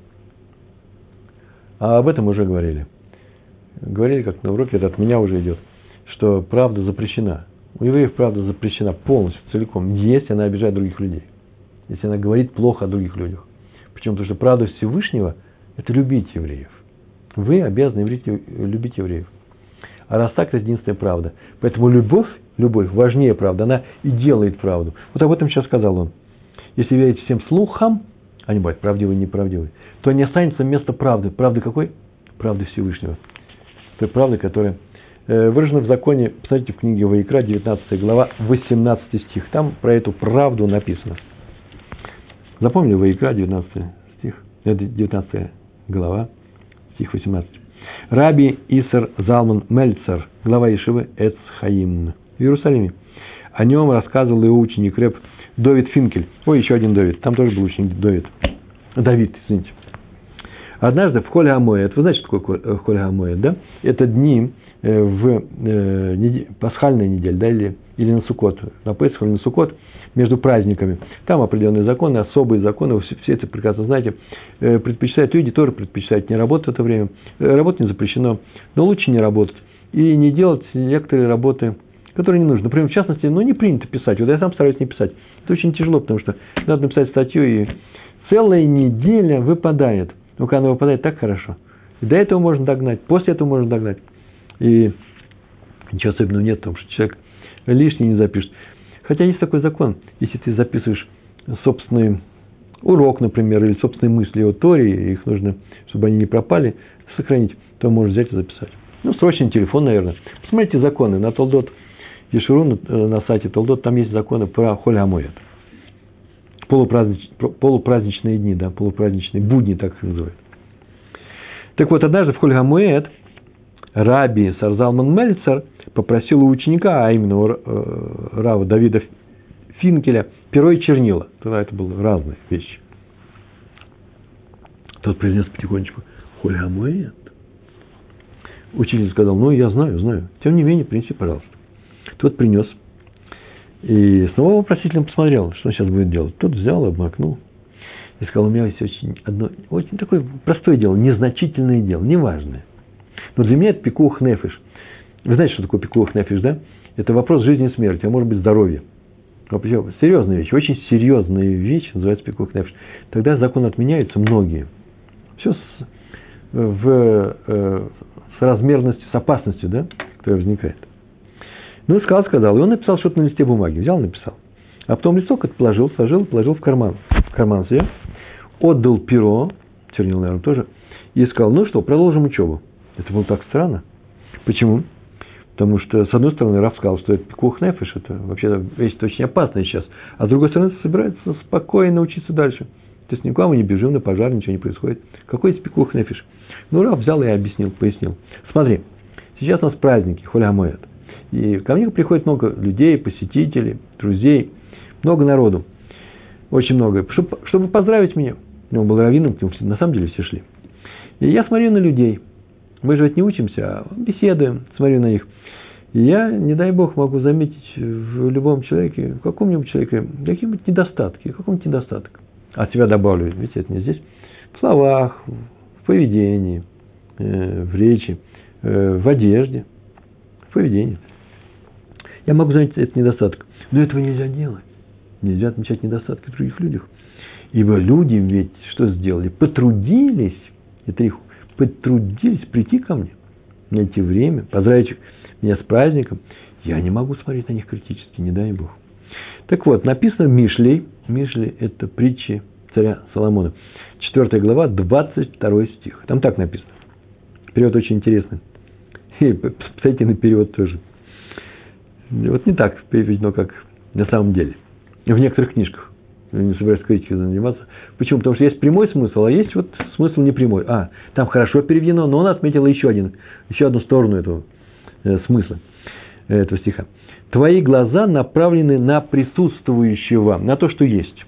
А об этом уже говорили. Говорили, как на уроке, это от меня уже идет, что правда запрещена. У евреев правда запрещена полностью, целиком, если она обижает других людей. Если она говорит плохо о других людях. Причем, потому что правда Всевышнего – это любить евреев. Вы обязаны любить евреев. А раз так, это единственная правда. Поэтому любовь, любовь важнее правды, она и делает правду. Вот об этом сейчас сказал он. Если верить всем слухам, они бывают правдивые и неправдивые, то не останется места правды. Правды какой? Правды Всевышнего. Той правды, которая выражена в законе, посмотрите, в книге Ваикра, девятнадцатая глава, восемнадцатый стих. Там про эту правду написано. Запомнили Ваикра, девятнадцатый стих, девятнадцатая глава, стих восемнадцатый. Раби Исар Залман Мельцер, глава Ешивы Эц Хаим в Иерусалиме. О нем рассказывал его ученик Реб Довид Финкель. Ой, еще один Довид. Там тоже был ученик Довид. Давид, извините. Однажды в Холь ха-Моэд, вы знаете, что такое Холь ха-Моэд, да? Это дни в э, недель, пасхальной неделе, да, или, или на Суккот, на Песах или на Суккот, между праздниками. Там определенные законы, особые законы, вы все, все это прекрасно знаете. Э, предпочитают люди, тоже предпочитают не работать в это время. Э, работать не запрещено, но лучше не работать. И не делать некоторые работы, которые не нужны. Например, в частности, ну, не принято писать. Вот я сам стараюсь не писать. Это очень тяжело, потому что надо написать статью, и целая неделя выпадает. Ну, когда она выпадает, так хорошо. И до этого можно догнать, после этого можно догнать. И ничего особенного нет, потому что человек лишний не запишет. Хотя есть такой закон. Если ты записываешь собственный урок, например, или собственные мысли о Торе, их нужно, чтобы они не пропали, сохранить, то можешь взять и записать. Ну, срочный телефон, наверное. Посмотрите законы. На Толдот Ешуру, на сайте Толдот, там есть законы про Холь ха-Моэд. полупразднич, полупраздничные дни, да, полупраздничные будни, так их называют. Так вот, однажды в Холь ха-Моэд Раби Сарзалман Мельцер попросил у ученика, а именно у рава Давида Финкеля, перо и чернила. Тогда это были разные вещи. Тот произнес потихонечку Холь ха-Моэд. Учитель сказал: ну, я знаю, знаю. Тем не менее, принеси, пожалуйста. Тот принес. И снова вопросительно посмотрел, что он сейчас будет делать. Тот взял, обмакнул. И сказал: у меня есть очень одно, очень такое простое дело, незначительное дело, неважное. Но для меня это пикух нефеш. Вы знаете, что такое пикух нефеш, да? Это вопрос жизни и смерти, а может быть здоровья. Серьезная вещь, очень серьезная вещь, называется пикух нефеш. Тогда законы отменяются многие. Все с, в, э, с размерностью, с опасностью, да, которая возникает. Ну, сказал, сказал. И он написал что-то на листе бумаги. Взял, написал. А потом листок это положил, сложил, положил в карман. В карман себе. Отдал перо, чернил, наверное, тоже. И сказал: ну что, продолжим учебу. Это было так странно. Почему? Потому что, с одной стороны, Рав сказал, что это пикух нефеш, это вообще вещь очень опасная сейчас. А с другой стороны, собирается спокойно учиться дальше. То есть никуда мы не бежим на пожар, ничего не происходит. Какой это пикух нефеш? Ну, Рав взял и объяснил, пояснил. Смотри, сейчас у нас праздники, Холь ха-Моэд. И ко мне приходит много людей, посетителей, друзей, много народу, очень много, чтобы, чтобы поздравить меня. Он был раввином, на самом деле все шли. И я смотрю на людей. Мы же ведь не учимся, а беседуем, смотрю на них. И я, не дай Бог, могу заметить в любом человеке, в каком-нибудь человеке, какие-нибудь недостатки, какой-нибудь недостаток. От себя добавлю, видите, это не здесь. В словах, в поведении, в речи, в одежде, в поведении. Я могу заметить этот недостаток. Но этого нельзя делать. Нельзя отмечать недостатки в других людях. Ибо люди ведь что сделали? Потрудились, это их, потрудились прийти ко мне, найти время, поздравить меня с праздником. Я не могу смотреть на них критически, не дай Бог. Так вот, написано в Мишлей. Мишлей – это притчи царя Соломона. четвёртая глава, двадцать второй стих. Там так написано. Перевод очень интересный. И посмотрите на перевод тоже. Вот не так переведено, как на самом деле. В некоторых книжках. Я не собираюсь критикой заниматься. Почему? Потому что есть прямой смысл, а есть вот смысл непрямой. А, там хорошо переведено, но он отметил еще, один, еще одну сторону этого э, смысла, э, этого стиха. Твои глаза направлены на присутствующего, на то, что есть.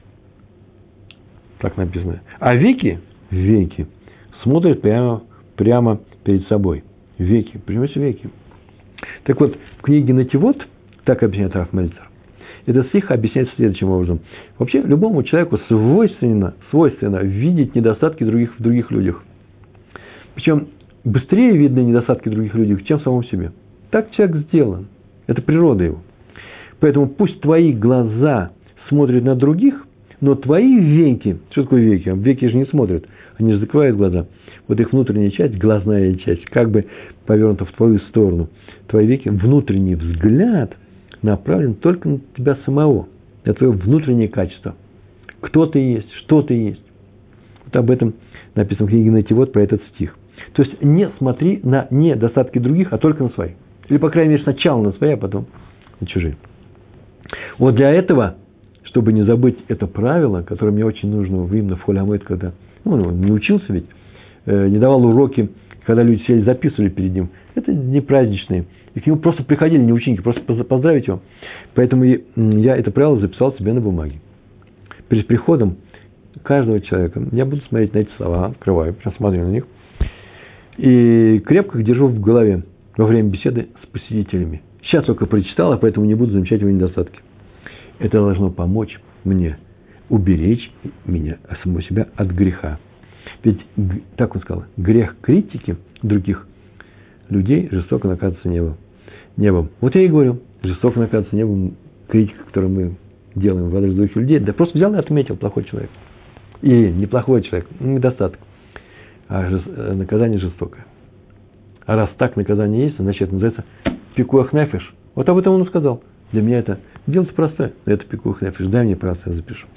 Так написано. А веки, веки смотрят прямо, прямо перед собой. Веки, понимаете, веки. Так вот, в книге Нативот, так объясняет Рав Мельцер, этот стих объясняется следующим образом. Вообще, любому человеку свойственно, свойственно видеть недостатки других, в других людях. Причем, быстрее видны недостатки в других людях, чем в самом себе. Так человек сделан. Это природа его. Поэтому пусть твои глаза смотрят на других, но твои веки, что такое веки? Веки же не смотрят, они же закрывают глаза. Вот их внутренняя часть, глазная часть, как бы повернута в твою сторону. Твои веки, внутренний взгляд направлен только на тебя самого, на твое внутреннее качество. Кто ты есть, что ты есть. Вот об этом написано в книге Нативот про этот стих. То есть не смотри на недостатки других, а только на свои. Или, по крайней мере, сначала на свои, а потом на чужие. Вот для этого, чтобы не забыть это правило, которое мне очень нужно именно в Холь ха-Моэд, когда ну, не учился ведь, э, не давал уроки, когда люди сели, записывали перед ним. Это не праздничные. И к нему просто приходили не ученики, просто поздравить его. Поэтому я это правило записал себе на бумаге. Перед приходом каждого человека я буду смотреть на эти слова, открываю, прям смотрю на них. И крепко их держу в голове во время беседы с посетителями. Сейчас только прочитал, а поэтому не буду замечать его недостатки. Это должно помочь мне уберечь меня, самого себя от греха. Ведь, так он сказал, грех критики других людей жестоко наказывается небом. небом. Вот я и говорю, жестоко наказывается небом критика, которую мы делаем в адрес других людей. Да просто взял и отметил плохой человек. Или неплохой человек, недостаток. А наказание жестокое. А раз так наказание есть, значит, это называется пикуах нефеш. Вот об этом он и сказал. Для меня это дело простое, но это пикуах нефеш. Дай мне просто, я запишу.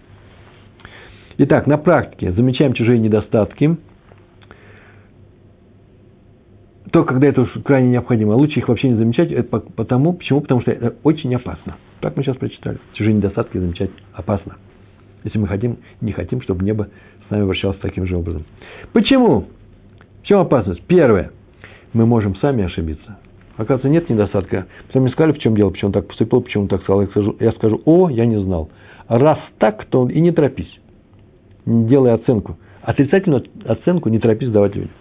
Итак, на практике замечаем чужие недостатки. Только когда это уж крайне необходимо. Лучше их вообще не замечать. Это потому, почему? Потому что это очень опасно. Так мы сейчас прочитали. Чужие недостатки замечать опасно. если мы хотим, не хотим, чтобы небо с нами вращалось таким же образом. Почему? В чем опасность? Первое. Мы можем сами ошибиться. Оказывается, нет недостатка. Потом мне сказали, в чем дело, почему он так поступил, почему он так сказал. Я скажу, я скажу, о, я не знал. Раз так, то и не торопись. Не делай оценку. Отрицательную оценку не торопись давать людям.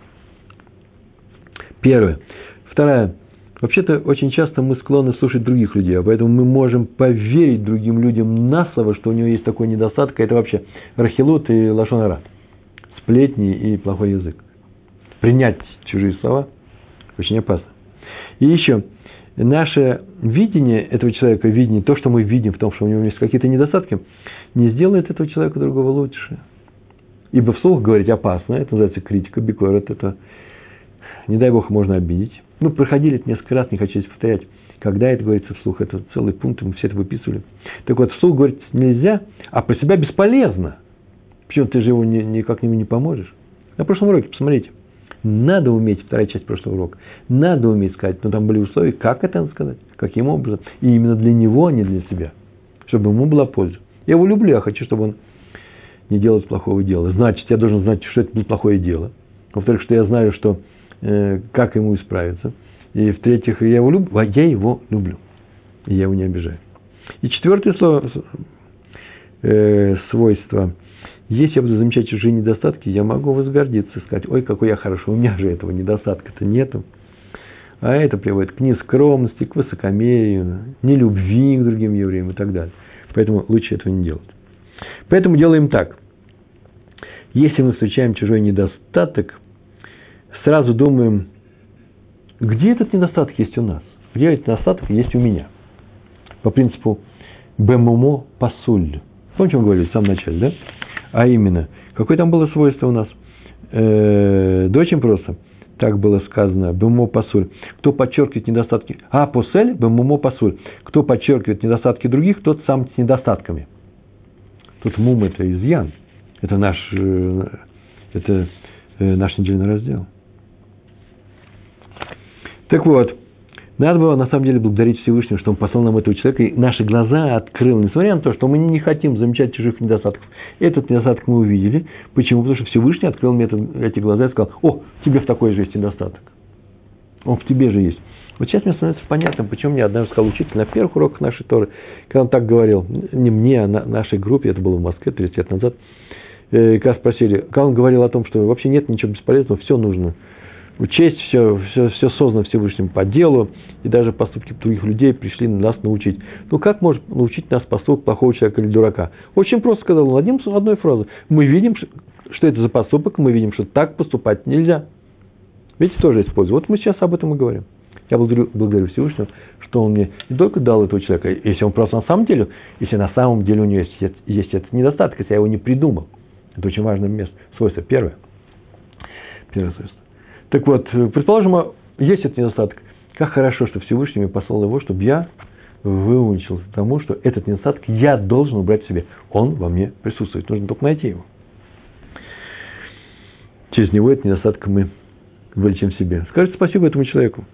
Первое. Второе. Вообще-то, очень часто мы склонны слушать других людей, а поэтому мы можем поверить другим людям на слово, что у него есть такой недостаток. Это вообще рахилут и лашон ара. Сплетни и плохой язык. Принять чужие слова очень опасно. И еще, наше видение этого человека, видение, то, что мы видим в том, что у него есть какие-то недостатки, не сделает этого человека другого лучше. Ибо вслух говорить опасно, это называется критика, бикорет, это, не дай Бог, можно обидеть. Ну, проходили это несколько раз, не хочу здесь повторять. Когда это говорится вслух, это целый пункт, мы все это выписывали. Так вот, вслух говорить нельзя, а про себя бесполезно. Почему ты же его ни, никак ему не поможешь? На прошлом уроке, посмотрите. Надо уметь, вторая часть прошлого урока, надо уметь сказать, но там были условия, как это надо сказать, каким образом. И именно для него, а не для себя. Чтобы ему была польза. Я его люблю, я хочу, чтобы он не делал плохого дела. Значит, я должен знать, что это плохое дело. Во-вторых, что я знаю, что, э, как ему исправиться. И в-третьих, я его люблю, а я его люблю. И я его не обижаю. И четвертое слово, э, свойство. Если я буду замечать чужие недостатки, я могу возгордиться, сказать, ой, какой я хороший, у меня же этого недостатка-то нету. А это приводит к нескромности, к высокомерию, нелюбви к другим евреям и так далее. Поэтому лучше этого не делать. Поэтому делаем так. Если мы встречаем чужой недостаток, сразу думаем, где этот недостаток есть у нас? Где этот недостаток есть у меня? По принципу бемумо пасуль. Помните, мы говорили в самом начале, да? А именно, какое там было свойство у нас? Э, да очень просто. Так было сказано. Бемумо пасуль. Кто подчеркивает недостатки... А, посель, бемумо пасуль. Кто подчеркивает недостатки других, тот сам с недостатками. Тут мум – это изъян. Это наш, э, это, э, наш недельный раздел. Так вот, надо было на самом деле благодарить Всевышнего, что Он послал нам этого человека, и наши глаза открыл, несмотря на то, что мы не хотим замечать чужих недостатков. Этот недостаток мы увидели. Почему? Потому что Всевышний открыл мне это, эти глаза и сказал, о, тебе в такой же есть недостаток. Он в тебе же есть. Вот сейчас мне становится понятно, почему мне однажды сказал учитель на первых уроках нашей Торы, когда он так говорил, не мне, а на нашей группе, это было в Москве тридцать лет назад, и когда спросили, когда он говорил о том, что вообще нет ничего бесполезного, все нужно учесть, все, все, все создано Всевышним по делу, и даже поступки других людей пришли нас научить. Ну, как может научить нас поступок плохого человека или дурака? Очень просто сказал он, одним, одной фразой. Мы видим, что это за поступок, мы видим, что так поступать нельзя. Видите, тоже есть польза. Вот мы сейчас об этом и говорим. Я благодарю, благодарю Всевышнего, что он мне не только дал этого человека, если он просто на самом деле, если на самом деле у него есть, есть этот недостаток, если я его не придумал. Это очень важное место, свойство. Первое. Первое свойство. Так вот, предположим, есть этот недостаток. Как хорошо, что Всевышний мне послал его, чтобы я выучился тому, что этот недостаток я должен убрать в себе. Он во мне присутствует. Нужно только найти его. Через него этот недостаток мы вылечим в себе. Скажите спасибо этому человеку.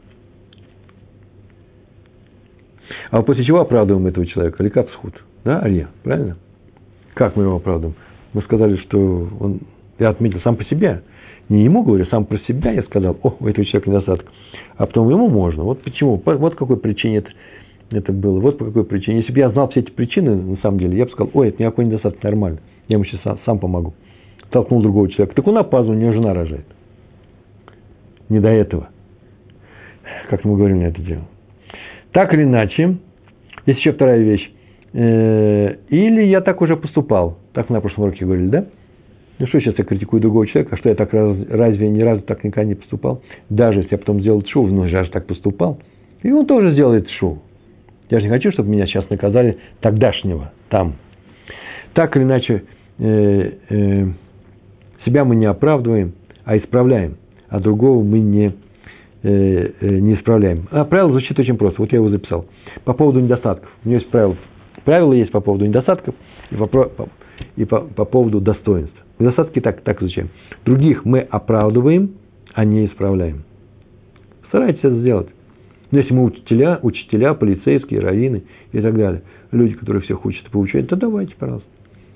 А после чего оправдываем этого человека? Ликапсхут. Да, Арья? Правильно? Как мы его оправдываем? Мы сказали, что он... Я отметил сам по себе. Не ему говорю, сам про себя я сказал, о, у этого человека недостаток. А потом ему можно. Вот почему. Вот по какой причине это, это было. Вот по какой причине. Если бы я знал все эти причины, на самом деле, я бы сказал, ой, это никакой недостаток, нормально. Я ему сейчас сам, сам помогу. Толкнул другого человека. Так он опаздывал, у него жена рожает. Не до этого. Как мы говорим на это дело. Так или иначе, есть еще вторая вещь. Или я так уже поступал. Так на прошлом уроке говорили, да? Ну что, сейчас я критикую другого человека, а что я так раз, разве ни разу так никогда не поступал? Даже если я потом сделал шоу, ну я же так поступал. И он тоже сделает шоу. Я же не хочу, чтобы меня сейчас наказали тогдашнего, там. Так или иначе, э, э, себя мы не оправдываем, а исправляем. А другого мы не, э, э, не исправляем. А правило звучит очень просто. Вот я его записал. По поводу недостатков. У него есть правило. Правила есть по поводу недостатков и по, по, и по, по поводу достоинства. Недостатки так, так изучаем. Других мы оправдываем, а не исправляем. Старайтесь это сделать. Но если мы учителя, учителя, полицейские, раввины и так далее, люди, которые всех учат и поучают, то давайте, пожалуйста.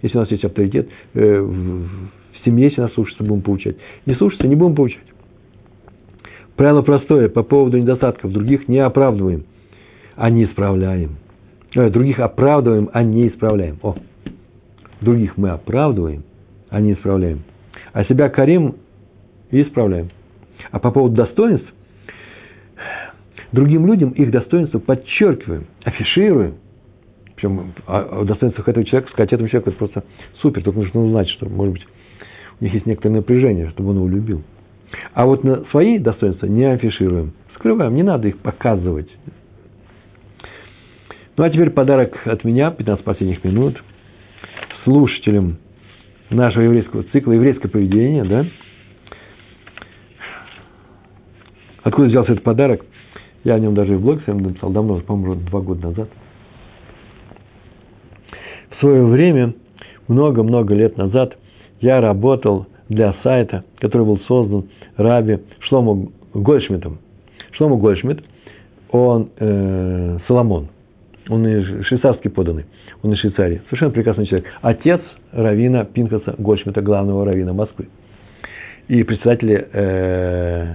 если у нас есть авторитет, э, в, в семье, если нас слушаться, будем поучать. Не слушаться, не будем поучать. Правило простое, по поводу недостатков. Других не оправдываем, а не исправляем. Э, других оправдываем, а не исправляем. О, других мы оправдываем, а не исправляем. А себя корим и исправляем. А по поводу достоинств, другим людям их достоинства подчеркиваем, афишируем. Причем о достоинствах этого человека сказать этому человеку, это просто супер. Только нужно узнать, что, может быть, у них есть некоторое напряжение, чтобы он его любил. А вот на свои достоинства не афишируем. Скрываем, не надо их показывать. Ну, а теперь подарок от меня, пятнадцать последних минут, слушателям нашего еврейского цикла «Еврейское поведение». Да? Откуда взялся этот подарок? Я о нем даже и в блоге своем написал давно, по-моему, два года назад. В свое время, много-много лет назад, я работал для сайта, который был создан Раби Шломо Гольдшмидтом. Шломо Гольдшмидт, он э, Соломон, он из швейцарский подданный, он из Швейцарии, совершенно прекрасный человек. Отец раввина Пинхаса Гольдшмидта, главного раввина Москвы и председателя э,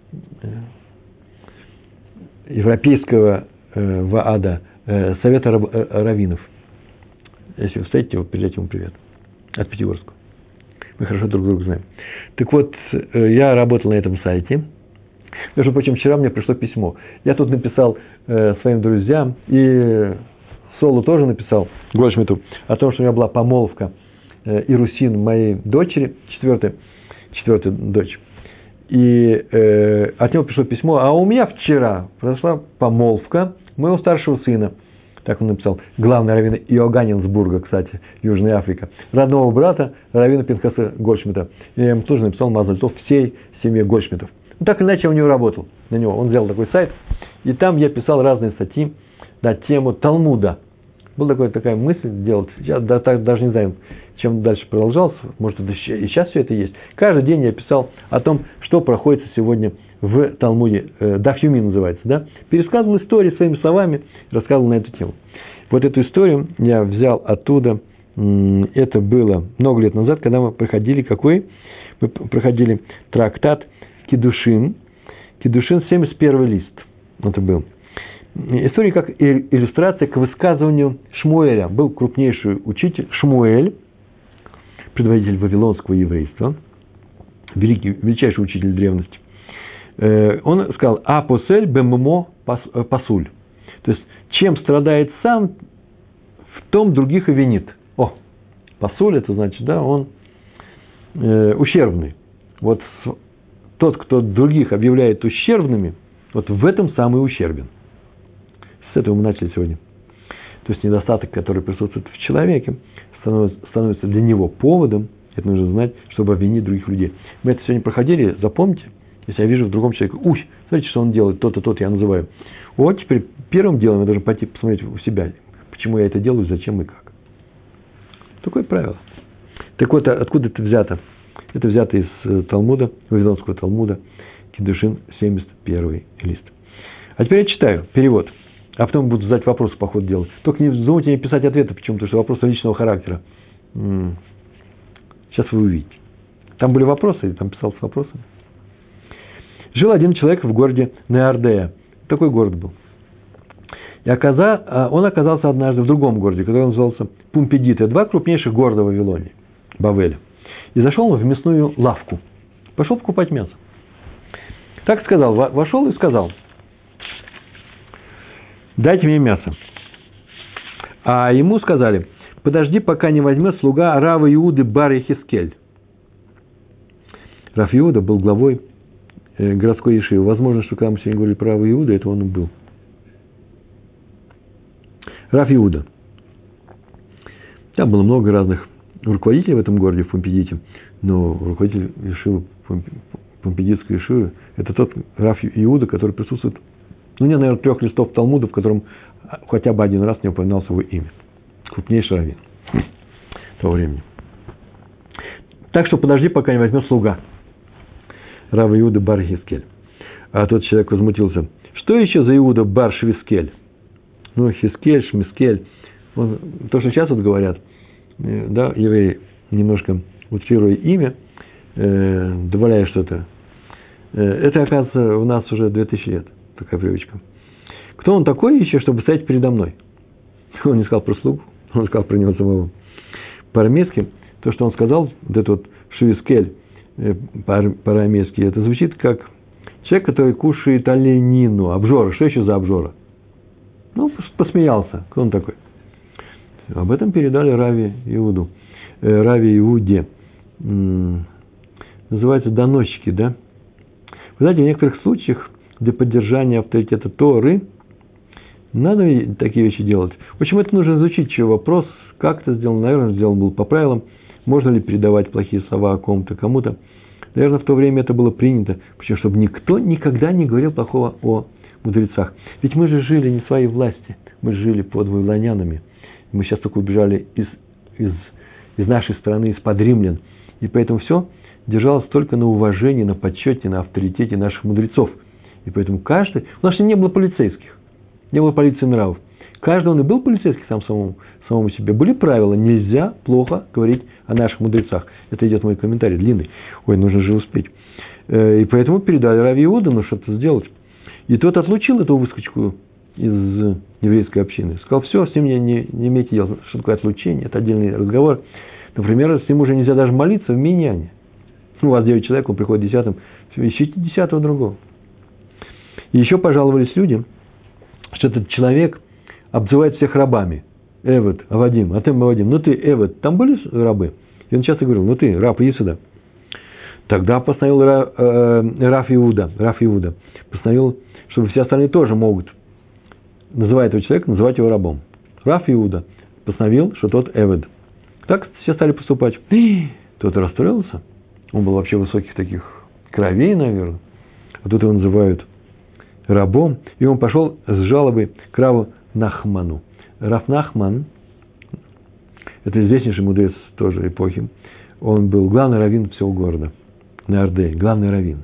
Европейского э, ВААДа, э, Совета раб, э, раввинов. Если вы встретите его, передайте ему привет от Пятигорска. Мы хорошо друг друга знаем. Так вот, я работал на этом сайте. Между прочим, вчера мне пришло письмо. Я тут написал э, своим друзьям, и Солу тоже написал, Гольдшмидту, о том, что у меня была помолвка э, Ирусин, моей дочери, четвертая, четвертая дочь. И э, от него пришло письмо, а у меня вчера произошла помолвка моего старшего сына. Так он написал, главный раввин Иоганнесбурга, кстати, Южная Африка, родного брата раввина Пинхаса Гольдшмидта. И я ему тоже написал мазаль тов всей семье Гольдшмидтов. Ну, так или иначе, я у него работал, на него. Он сделал такой сайт, и там я писал разные статьи на тему Талмуда. Была такая, такая мысль делать, я даже не знаю, чем дальше продолжалось, может, и сейчас все это есть. Каждый день я писал о том, что проходит сегодня в Талмуде, Даф Юми называется, да, пересказывал истории своими словами, рассказывал на эту тему. Вот эту историю я взял оттуда, это было много лет назад, когда мы проходили какой? Мы проходили трактат Кидушин, Кидушин, семьдесят первый лист, это был. История как иллюстрация к высказыванию Шмуэля. Был крупнейший учитель Шмуэль, предводитель вавилонского еврейства, великий, величайший учитель древности. Он сказал «Апосель беммо пасуль». То есть, чем страдает сам, в том других и винит. О, пасуль, это значит, да, он э, ущербный. Вот тот, кто других объявляет ущербными, вот в этом самый ущербен. С этого мы начали сегодня. То есть, недостаток, который присутствует в человеке, становится, становится для него поводом, это нужно знать, чтобы обвинить других людей. Мы это сегодня проходили, запомните. Если я вижу в другом человеке, уй, смотрите, что он делает, то-то, то-то я называю. Вот теперь первым делом я должен пойти посмотреть у себя, почему я это делаю, зачем и как. Такое правило. Так вот, откуда это взято? Это взято из Талмуда, Вавилонского Талмуда, Кидушин, семьдесят первый лист. А теперь я читаю перевод, а потом буду задать вопросы по ходу дела. Только не вздумайте мне писать ответы, почему? Потому что вопросы личного характера. Сейчас вы увидите. Там были вопросы, я там писал с вопросами. Жил один человек в городе Неардея. Такой город был. И оказа, он оказался однажды в другом городе, который назывался Пумпедит. Это два крупнейших города Вавилонии, Бавеля. И зашел он в мясную лавку. Пошел покупать мясо. Так сказал, вошел и сказал: дайте мне мясо. А ему сказали: подожди, пока не возьмет слуга Рава Иуды бар Йехескель. Рав Иуда был главой городской ешивы. Возможно, что когда мы сегодня говорили про Рава Иуда, это он и был. Рав Иуда. Там было много разных руководителей в этом городе, в Пумпедите, но руководитель ешивы, Пумпедитской ешивы, это тот Рав Иуда, который присутствует, ну, нет, наверное, трех листов Талмуда, в котором хотя бы один раз не упоминался его имя. Крупнейший раввин того времени. Так что подожди, пока не возьмет слуга Рава Иуда бар Хискель. А тот человек возмутился: что еще за Иуда бар Швискель? Ну, Хискель, Шмискель. Он, то, что сейчас вот говорят, да, евреи, немножко утрируя имя, э, добавляя что-то, э, это, оказывается, у нас уже две тысячи лет, такая привычка. Кто он такой еще, чтобы стоять передо мной? Он не сказал про слугу, он сказал про него самого. По-арамейски, то, что он сказал, вот этот вот швискель, э, по-арамейски, это звучит как человек, который кушает оленину, обжора. Что еще за обжора? Ну, посмеялся. Кто он такой? Об этом передали Рави Иуду. Э, Рави Иуде. М-м, называется доносчики, да? Вы знаете, в некоторых случаях для поддержания авторитета Торы надо такие вещи делать. В общем, это нужно изучить, еще вопрос, как это сделано. Наверное, сделано было по правилам. Можно ли передавать плохие слова о ком-то, кому-то. Наверное, в то время это было принято. Почему? Чтобы никто никогда не говорил плохого о мудрецах. Ведь мы же жили не в своей власти. Мы жили под вавилонянами. Мы сейчас только убежали из, из, из нашей страны, из-под римлян. И поэтому все держалось только на уважении, на почете, на авторитете наших мудрецов. И поэтому каждый... У нас не было полицейских. Не было полиции нравов. Каждый он и был полицейский сам самому, самому себе. Были правила. Нельзя плохо говорить о наших мудрецах. Это идет мой комментарий, длинный. Ой, нужно же успеть. И поэтому передали Рави Иуду, ну что-то сделать. И тот отлучил эту выскочку из еврейской общины. Сказал, все, с ним не, не, не имейте дела. Что такое отлучение? Это отдельный разговор. Например, с ним уже нельзя даже молиться в миньяне. У вас девять человек, он приходит десятым. Ищите десятого другого. И еще пожаловались люди, что этот человек обзывает всех рабами. Эвед, Авадим, Атем Авадим. Ну ты, Эвед, там были рабы? И он часто говорил, ну ты, раб, иди сюда. Тогда постановил Раф Иуда, Раф Иуда, постановил, чтобы все остальные тоже могут, называя этого человека, называть его рабом. Раф Иуда постановил, что тот Эвед. Так все стали поступать. И тот расстроился. Он был вообще высоких таких кровей, наверное. А тут его называют рабом. И он пошел с жалобой к Раву Нахману. Рав Нахман, это известнейший мудрец тоже эпохи, он был главный раввин всего города, на Ордее, главный раввин.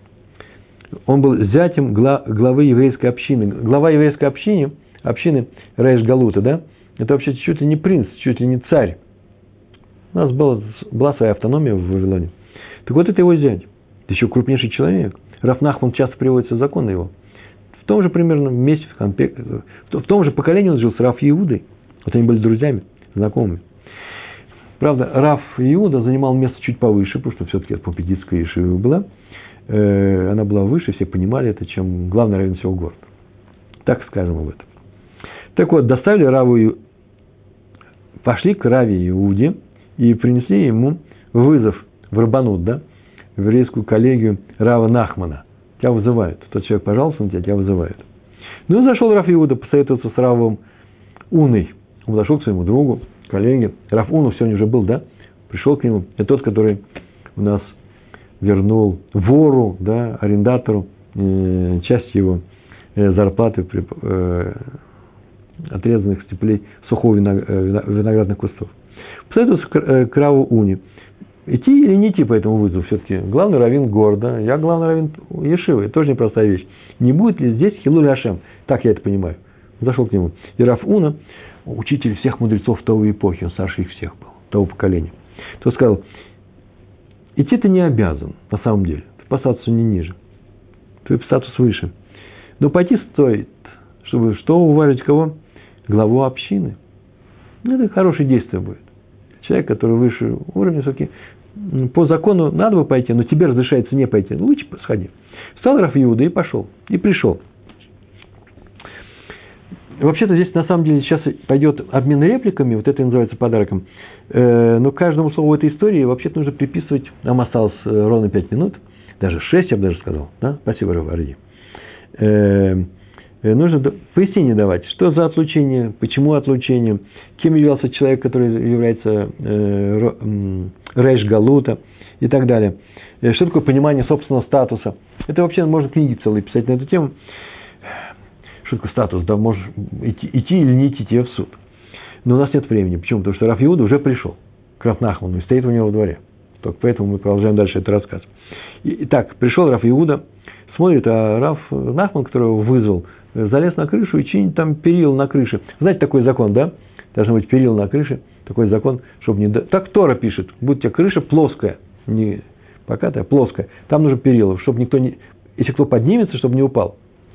Он был зятем главы еврейской общины. Глава еврейской общины, общины Рейш Галута, да, это вообще чуть ли не принц, чуть ли не царь. У нас была, была своя автономия в Вавилоне. Так вот, это его зять, еще крупнейший человек. Рав Нахман часто приводится закон на его. В том же примерно месте, в том же поколении он жил с Рав Иудой. Вот они были друзьями, знакомыми. Правда, Рав Иуда занимал место чуть повыше, потому что все-таки это Пупедитская ешива была. Она была выше, все понимали это, чем главный раввин всего города. Так скажем об этом. Так вот, доставили Раву, пошли к Раве Иуде и принесли ему вызов в Рабанут, да, в еврейскую коллегию Рава Нахмана. Тебя вызывают. Тот человек пожаловался на тебя, тебя вызывают. Ну и зашел Рав Иуда посоветоваться с Равом Уной. Он зашел к своему другу, коллеге. Рав Уну сегодня уже был, да? Пришел к нему. Это тот, который у нас вернул вору, да, арендатору э, часть его э, зарплаты при, э, отрезанных степлей сухого виноградных кустов. Посоветовался к, э, к Раву Уне. Идти или не идти по этому вызову? Все-таки главный раввин города, я главный раввин ешивы. Это тоже непростая вещь. Не будет ли здесь хилуль Ашем? Так я это понимаю. Зашел к нему. И Рав Уна, учитель всех мудрецов того эпохи, он старше их всех был, того поколения. Тот сказал, идти ты не обязан, на самом деле. Ты по статусу не ниже. Твой статус выше. Но пойти стоит, чтобы что уважить кого? Главу общины. Это хорошее действие будет. Человек, который выше уровня высокий, по закону надо бы пойти, но тебе разрешается не пойти. Лучше сходи. Встал Рав Иуда и пошел. И пришел. Вообще-то здесь на самом деле сейчас пойдет обмен репликами, вот это и называется подарком. Но каждому слову этой истории вообще-то нужно приписывать, нам осталось ровно пять минут, даже шесть, я бы даже сказал. Да? Спасибо, Рав Арди. Нужно пояснение давать, что за отлучение, почему отлучение, кем являлся человек, который является Рейш Галута и так далее. Что такое понимание собственного статуса. Это вообще можно книги целые писать на эту тему. Что такое статус? Да, можешь идти, идти или не идти тебе в суд. Но у нас нет времени. Почему? Потому что Рав Иуда уже пришел к Рав Нахману и стоит у него во дворе. Только поэтому мы продолжаем дальше этот рассказ. Итак, пришел Рав Иуда, смотрит, а Рав Нахман, которого вызвал, залез на крышу и чинит там перил на крыше. Знаете такой закон, да? должны быть перила на крыше, такой закон, чтобы не... Так Тора пишет, будь у тебя крыша плоская, не покатая, плоская, там нужно перила, чтобы никто не... Если кто поднимется, чтобы не упал.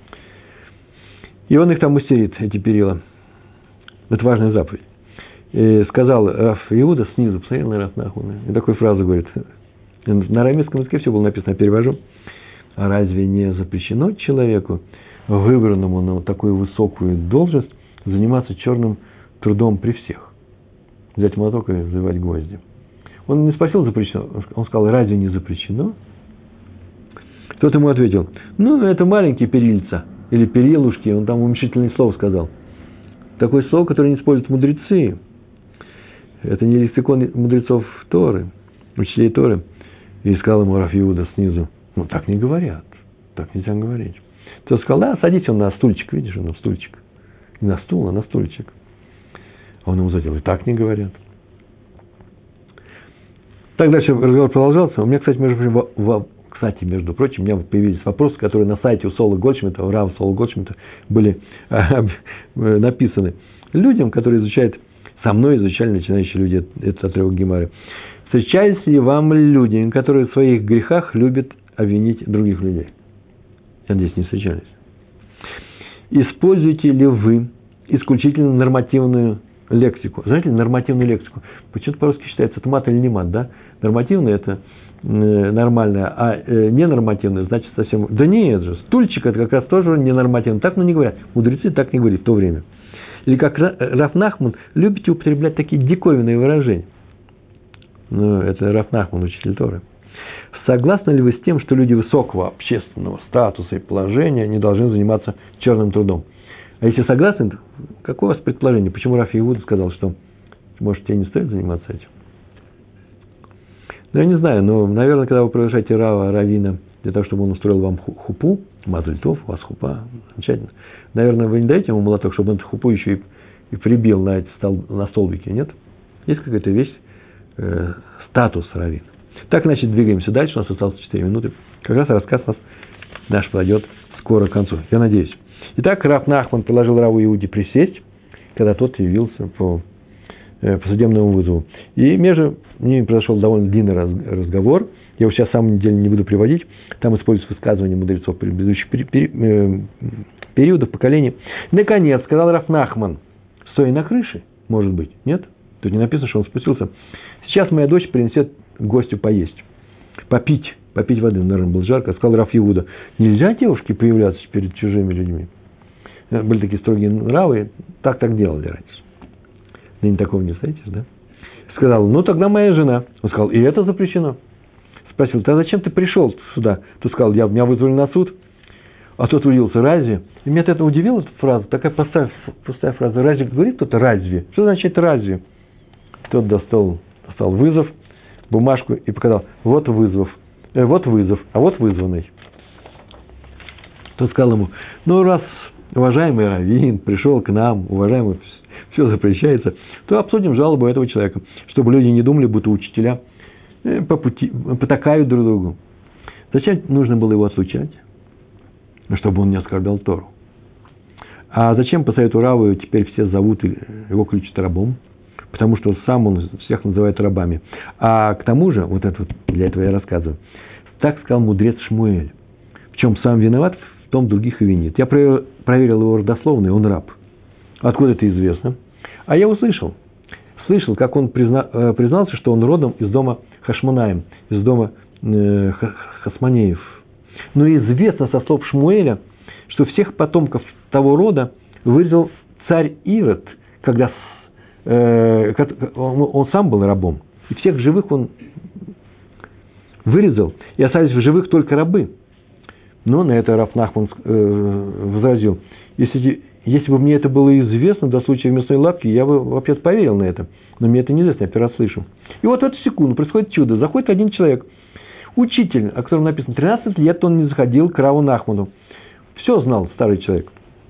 И он их там мастерит, эти перила. Это важная заповедь. И сказал Рав Иуда снизу, посмотрел на Рав Нахмана, и такую фразу говорит. На арамейском языке все было написано, я перевожу. А разве не запрещено человеку, выбранному на вот такую высокую должность, заниматься черным трудом при всех? Взять молоток и забивать гвозди. Он не спросил, запрещено. Он сказал, разве не запрещено? Тот ему ответил, ну, это маленькие перильца, или перилушки, он там уменьшительное слово сказал. Такое слово, которое не используют мудрецы. Это не лексикон мудрецов Торы, учителей Торы. И сказал ему Рав Иуда снизу, ну, так не говорят, так нельзя говорить. Тот сказал, да, садись он на стульчик, видишь, он на стульчик. Не на стул, а на стульчик. А он ему задел, и так не говорят. Так дальше разговор продолжался. У меня, кстати, между прочим, в, в, кстати, между прочим, у меня появились вопросы, которые на сайте у Соло Гольдшмидта, у Рава Соло Гольдшмидта были написаны людям, которые изучают, со мной изучали начинающие люди этот отрывок Гемары. Встречались ли вам люди, которые в своих грехах любят обвинить других людей? Я надеюсь, не встречались. Используете ли вы исключительно нормативную лексику? Знаете ли, нормативную лексику? Почему-то по-русски считается, это мат или не мат, да? Нормативная – это нормальная, а ненормативная – значит совсем… Да нет же, стульчик – это как раз тоже ненормативно. Так, ну, не говорят. Мудрецы так не говорили в то время. Или как Рав Нахман, любите употреблять такие диковинные выражения. Ну, это Рав Нахман, учитель Торы. Согласны ли вы с тем, что люди высокого общественного статуса и положения не должны заниматься черным трудом? А если согласны, то какое у вас предположение? Почему Рав Иуда сказал, что, может, тебе не стоит заниматься этим? Ну, я не знаю, но, наверное, когда вы приглашаете Рава, Равина, для того, чтобы он устроил вам хупу, Мазаль тов, у вас хупа, замечательно. Наверное, вы не даете ему молоток, чтобы он эту хупу еще и, и прибил на, эти стол, на столбики, нет? Есть какая-то вещь, э, статус Равина. Так, значит, двигаемся дальше, у нас осталось четыре минуты. Как раз рассказ у нас наш пойдет скоро к концу, я надеюсь. Итак, Рав Нахман предложил Раву Иуде присесть, когда тот явился по, э, по судебному вызову. И между ними произошел довольно длинный раз, разговор. Я его сейчас в самом деле не буду приводить. Там используются высказывания мудрецов предыдущих пери, пери, э, периодов, поколений. Наконец, сказал Рав Нахман, стоя на крыше, может быть, нет? Тут не написано, что он спустился. Сейчас моя дочь принесет гостю поесть, попить, попить воды. Наверное, было жарко. Сказал Рав Иуда, нельзя девушке появляться перед чужими людьми. Были такие строгие нравы, так так делали раньше. Ныне такого не встретишь, да? Сказал, ну тогда моя жена. Он сказал, и это запрещено. Спросил, тогда зачем ты пришел сюда? Тот сказал, я, меня вызвали на суд. А тот удивился, разве? И меня это удивило, эта фраза, такая простая, простая фраза. Разве говорит кто-то разве? Что значит разве? Тот достал, достал вызов, бумажку и показал, вот вызов, э, вот вызов, а вот вызванный. Тот сказал ему, ну раз уважаемый раввин пришел к нам, уважаемый, все запрещается, то обсудим жалобу этого человека, чтобы люди не думали, будто учителя по пути, потакают друг другу. Зачем нужно было его отлучать? Чтобы он не оскорблял Тору. А зачем, по совету Рава, теперь все зовут его ключат рабом? Потому что сам он всех называет рабами. А к тому же, вот это вот, для этого я рассказываю, так сказал мудрец Шмуэль. В чем сам виноват, в том других и винит. Я проверил его родословно, и он раб. Откуда это известно? А я услышал. Слышал, как он призна, признался, что он родом из дома Хашмонаим, из дома э, Хасмонеев. Но известно со слов Шмуэля, что всех потомков того рода вырезал царь Ирод, когда э, он, он сам был рабом. И всех живых он вырезал, и остались в живых только рабы. Но на это Рав Нахман э, возразил, если, если бы мне это было известно до случая в мясной лавке, я бы вообще-то поверил на это. Но мне это неизвестно, я первый раз слышу. И вот в эту секунду происходит чудо. Заходит один человек, учитель, о котором написано, тринадцать лет он не заходил к Раву Нахману. Все знал старый человек.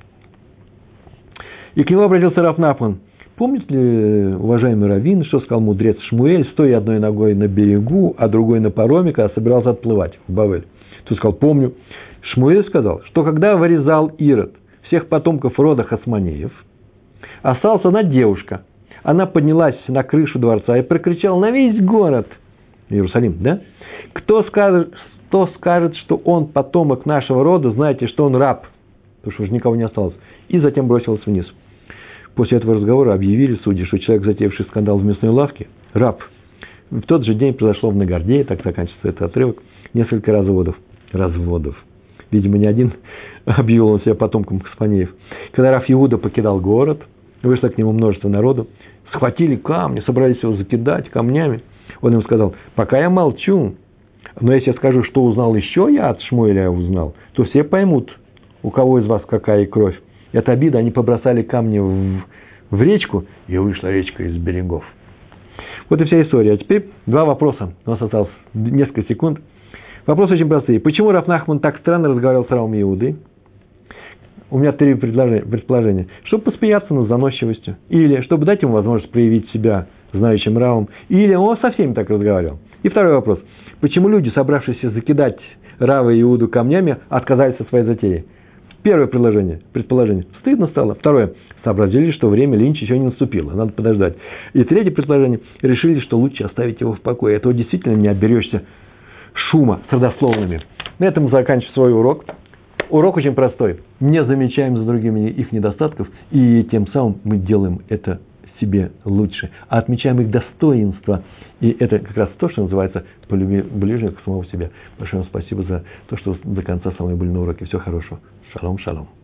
И к нему обратился Рав Нахман. Помнит ли, уважаемый раввин, что сказал мудрец Шмуэль, стоя одной ногой на берегу, а другой на пароме, когда собирался отплывать в Бавель? Тут сказал, помню. Шмуэль сказал, что когда вырезал Ирод всех потомков рода Хасмонеев, осталась одна девушка, она поднялась на крышу дворца и прокричала на весь город, Иерусалим, да? Кто скажет, кто скажет, что он потомок нашего рода, знаете, что он раб, потому что уже никого не осталось. И затем бросилась вниз. После этого разговора объявили судьи, что человек, затеявший скандал в мясной лавке, раб. В тот же день произошло в Нагордее, так заканчивается этот отрывок, несколько разводов. Разводов. Видимо, не один объявил он себя потомком Хаспанеев. Когда рав Иуда покидал город, вышло к нему множество народу, схватили камни, собрались его закидать камнями. Он им сказал: пока я молчу, но если я скажу, что узнал еще я от Шмуэля узнал, то все поймут, у кого из вас какая кровь. Это обида, они побросали камни в, в речку, и вышла речка из берегов. Вот и вся история. А теперь два вопроса. У нас осталось несколько секунд. Вопросы очень простые. Почему рав Нахман так странно разговаривал с равом Иудой? У меня три предположения. Чтобы посмеяться над заносчивостью, или чтобы дать ему возможность проявить себя знающим равом, или он со всеми так разговаривал. И второй вопрос. Почему люди, собравшиеся закидать рава и Иуду камнями, отказались от своей затеи? Первое предложение, предположение. Стыдно стало. Второе. Сообразили, что время линча еще не наступило. Надо подождать. И третье предположение. Решили, что лучше оставить его в покое. Этого действительно не оберешься шума с родословными. На этом заканчиваю свой урок. Урок очень простой. Не замечаем за другими их недостатков, и тем самым мы делаем это себе лучше. А отмечаем их достоинства. И это как раз то, что называется «полюби ближнего к самого себя». Большое вам спасибо за то, что до конца со мной были на уроке. Всего хорошего. Шалом, шалом.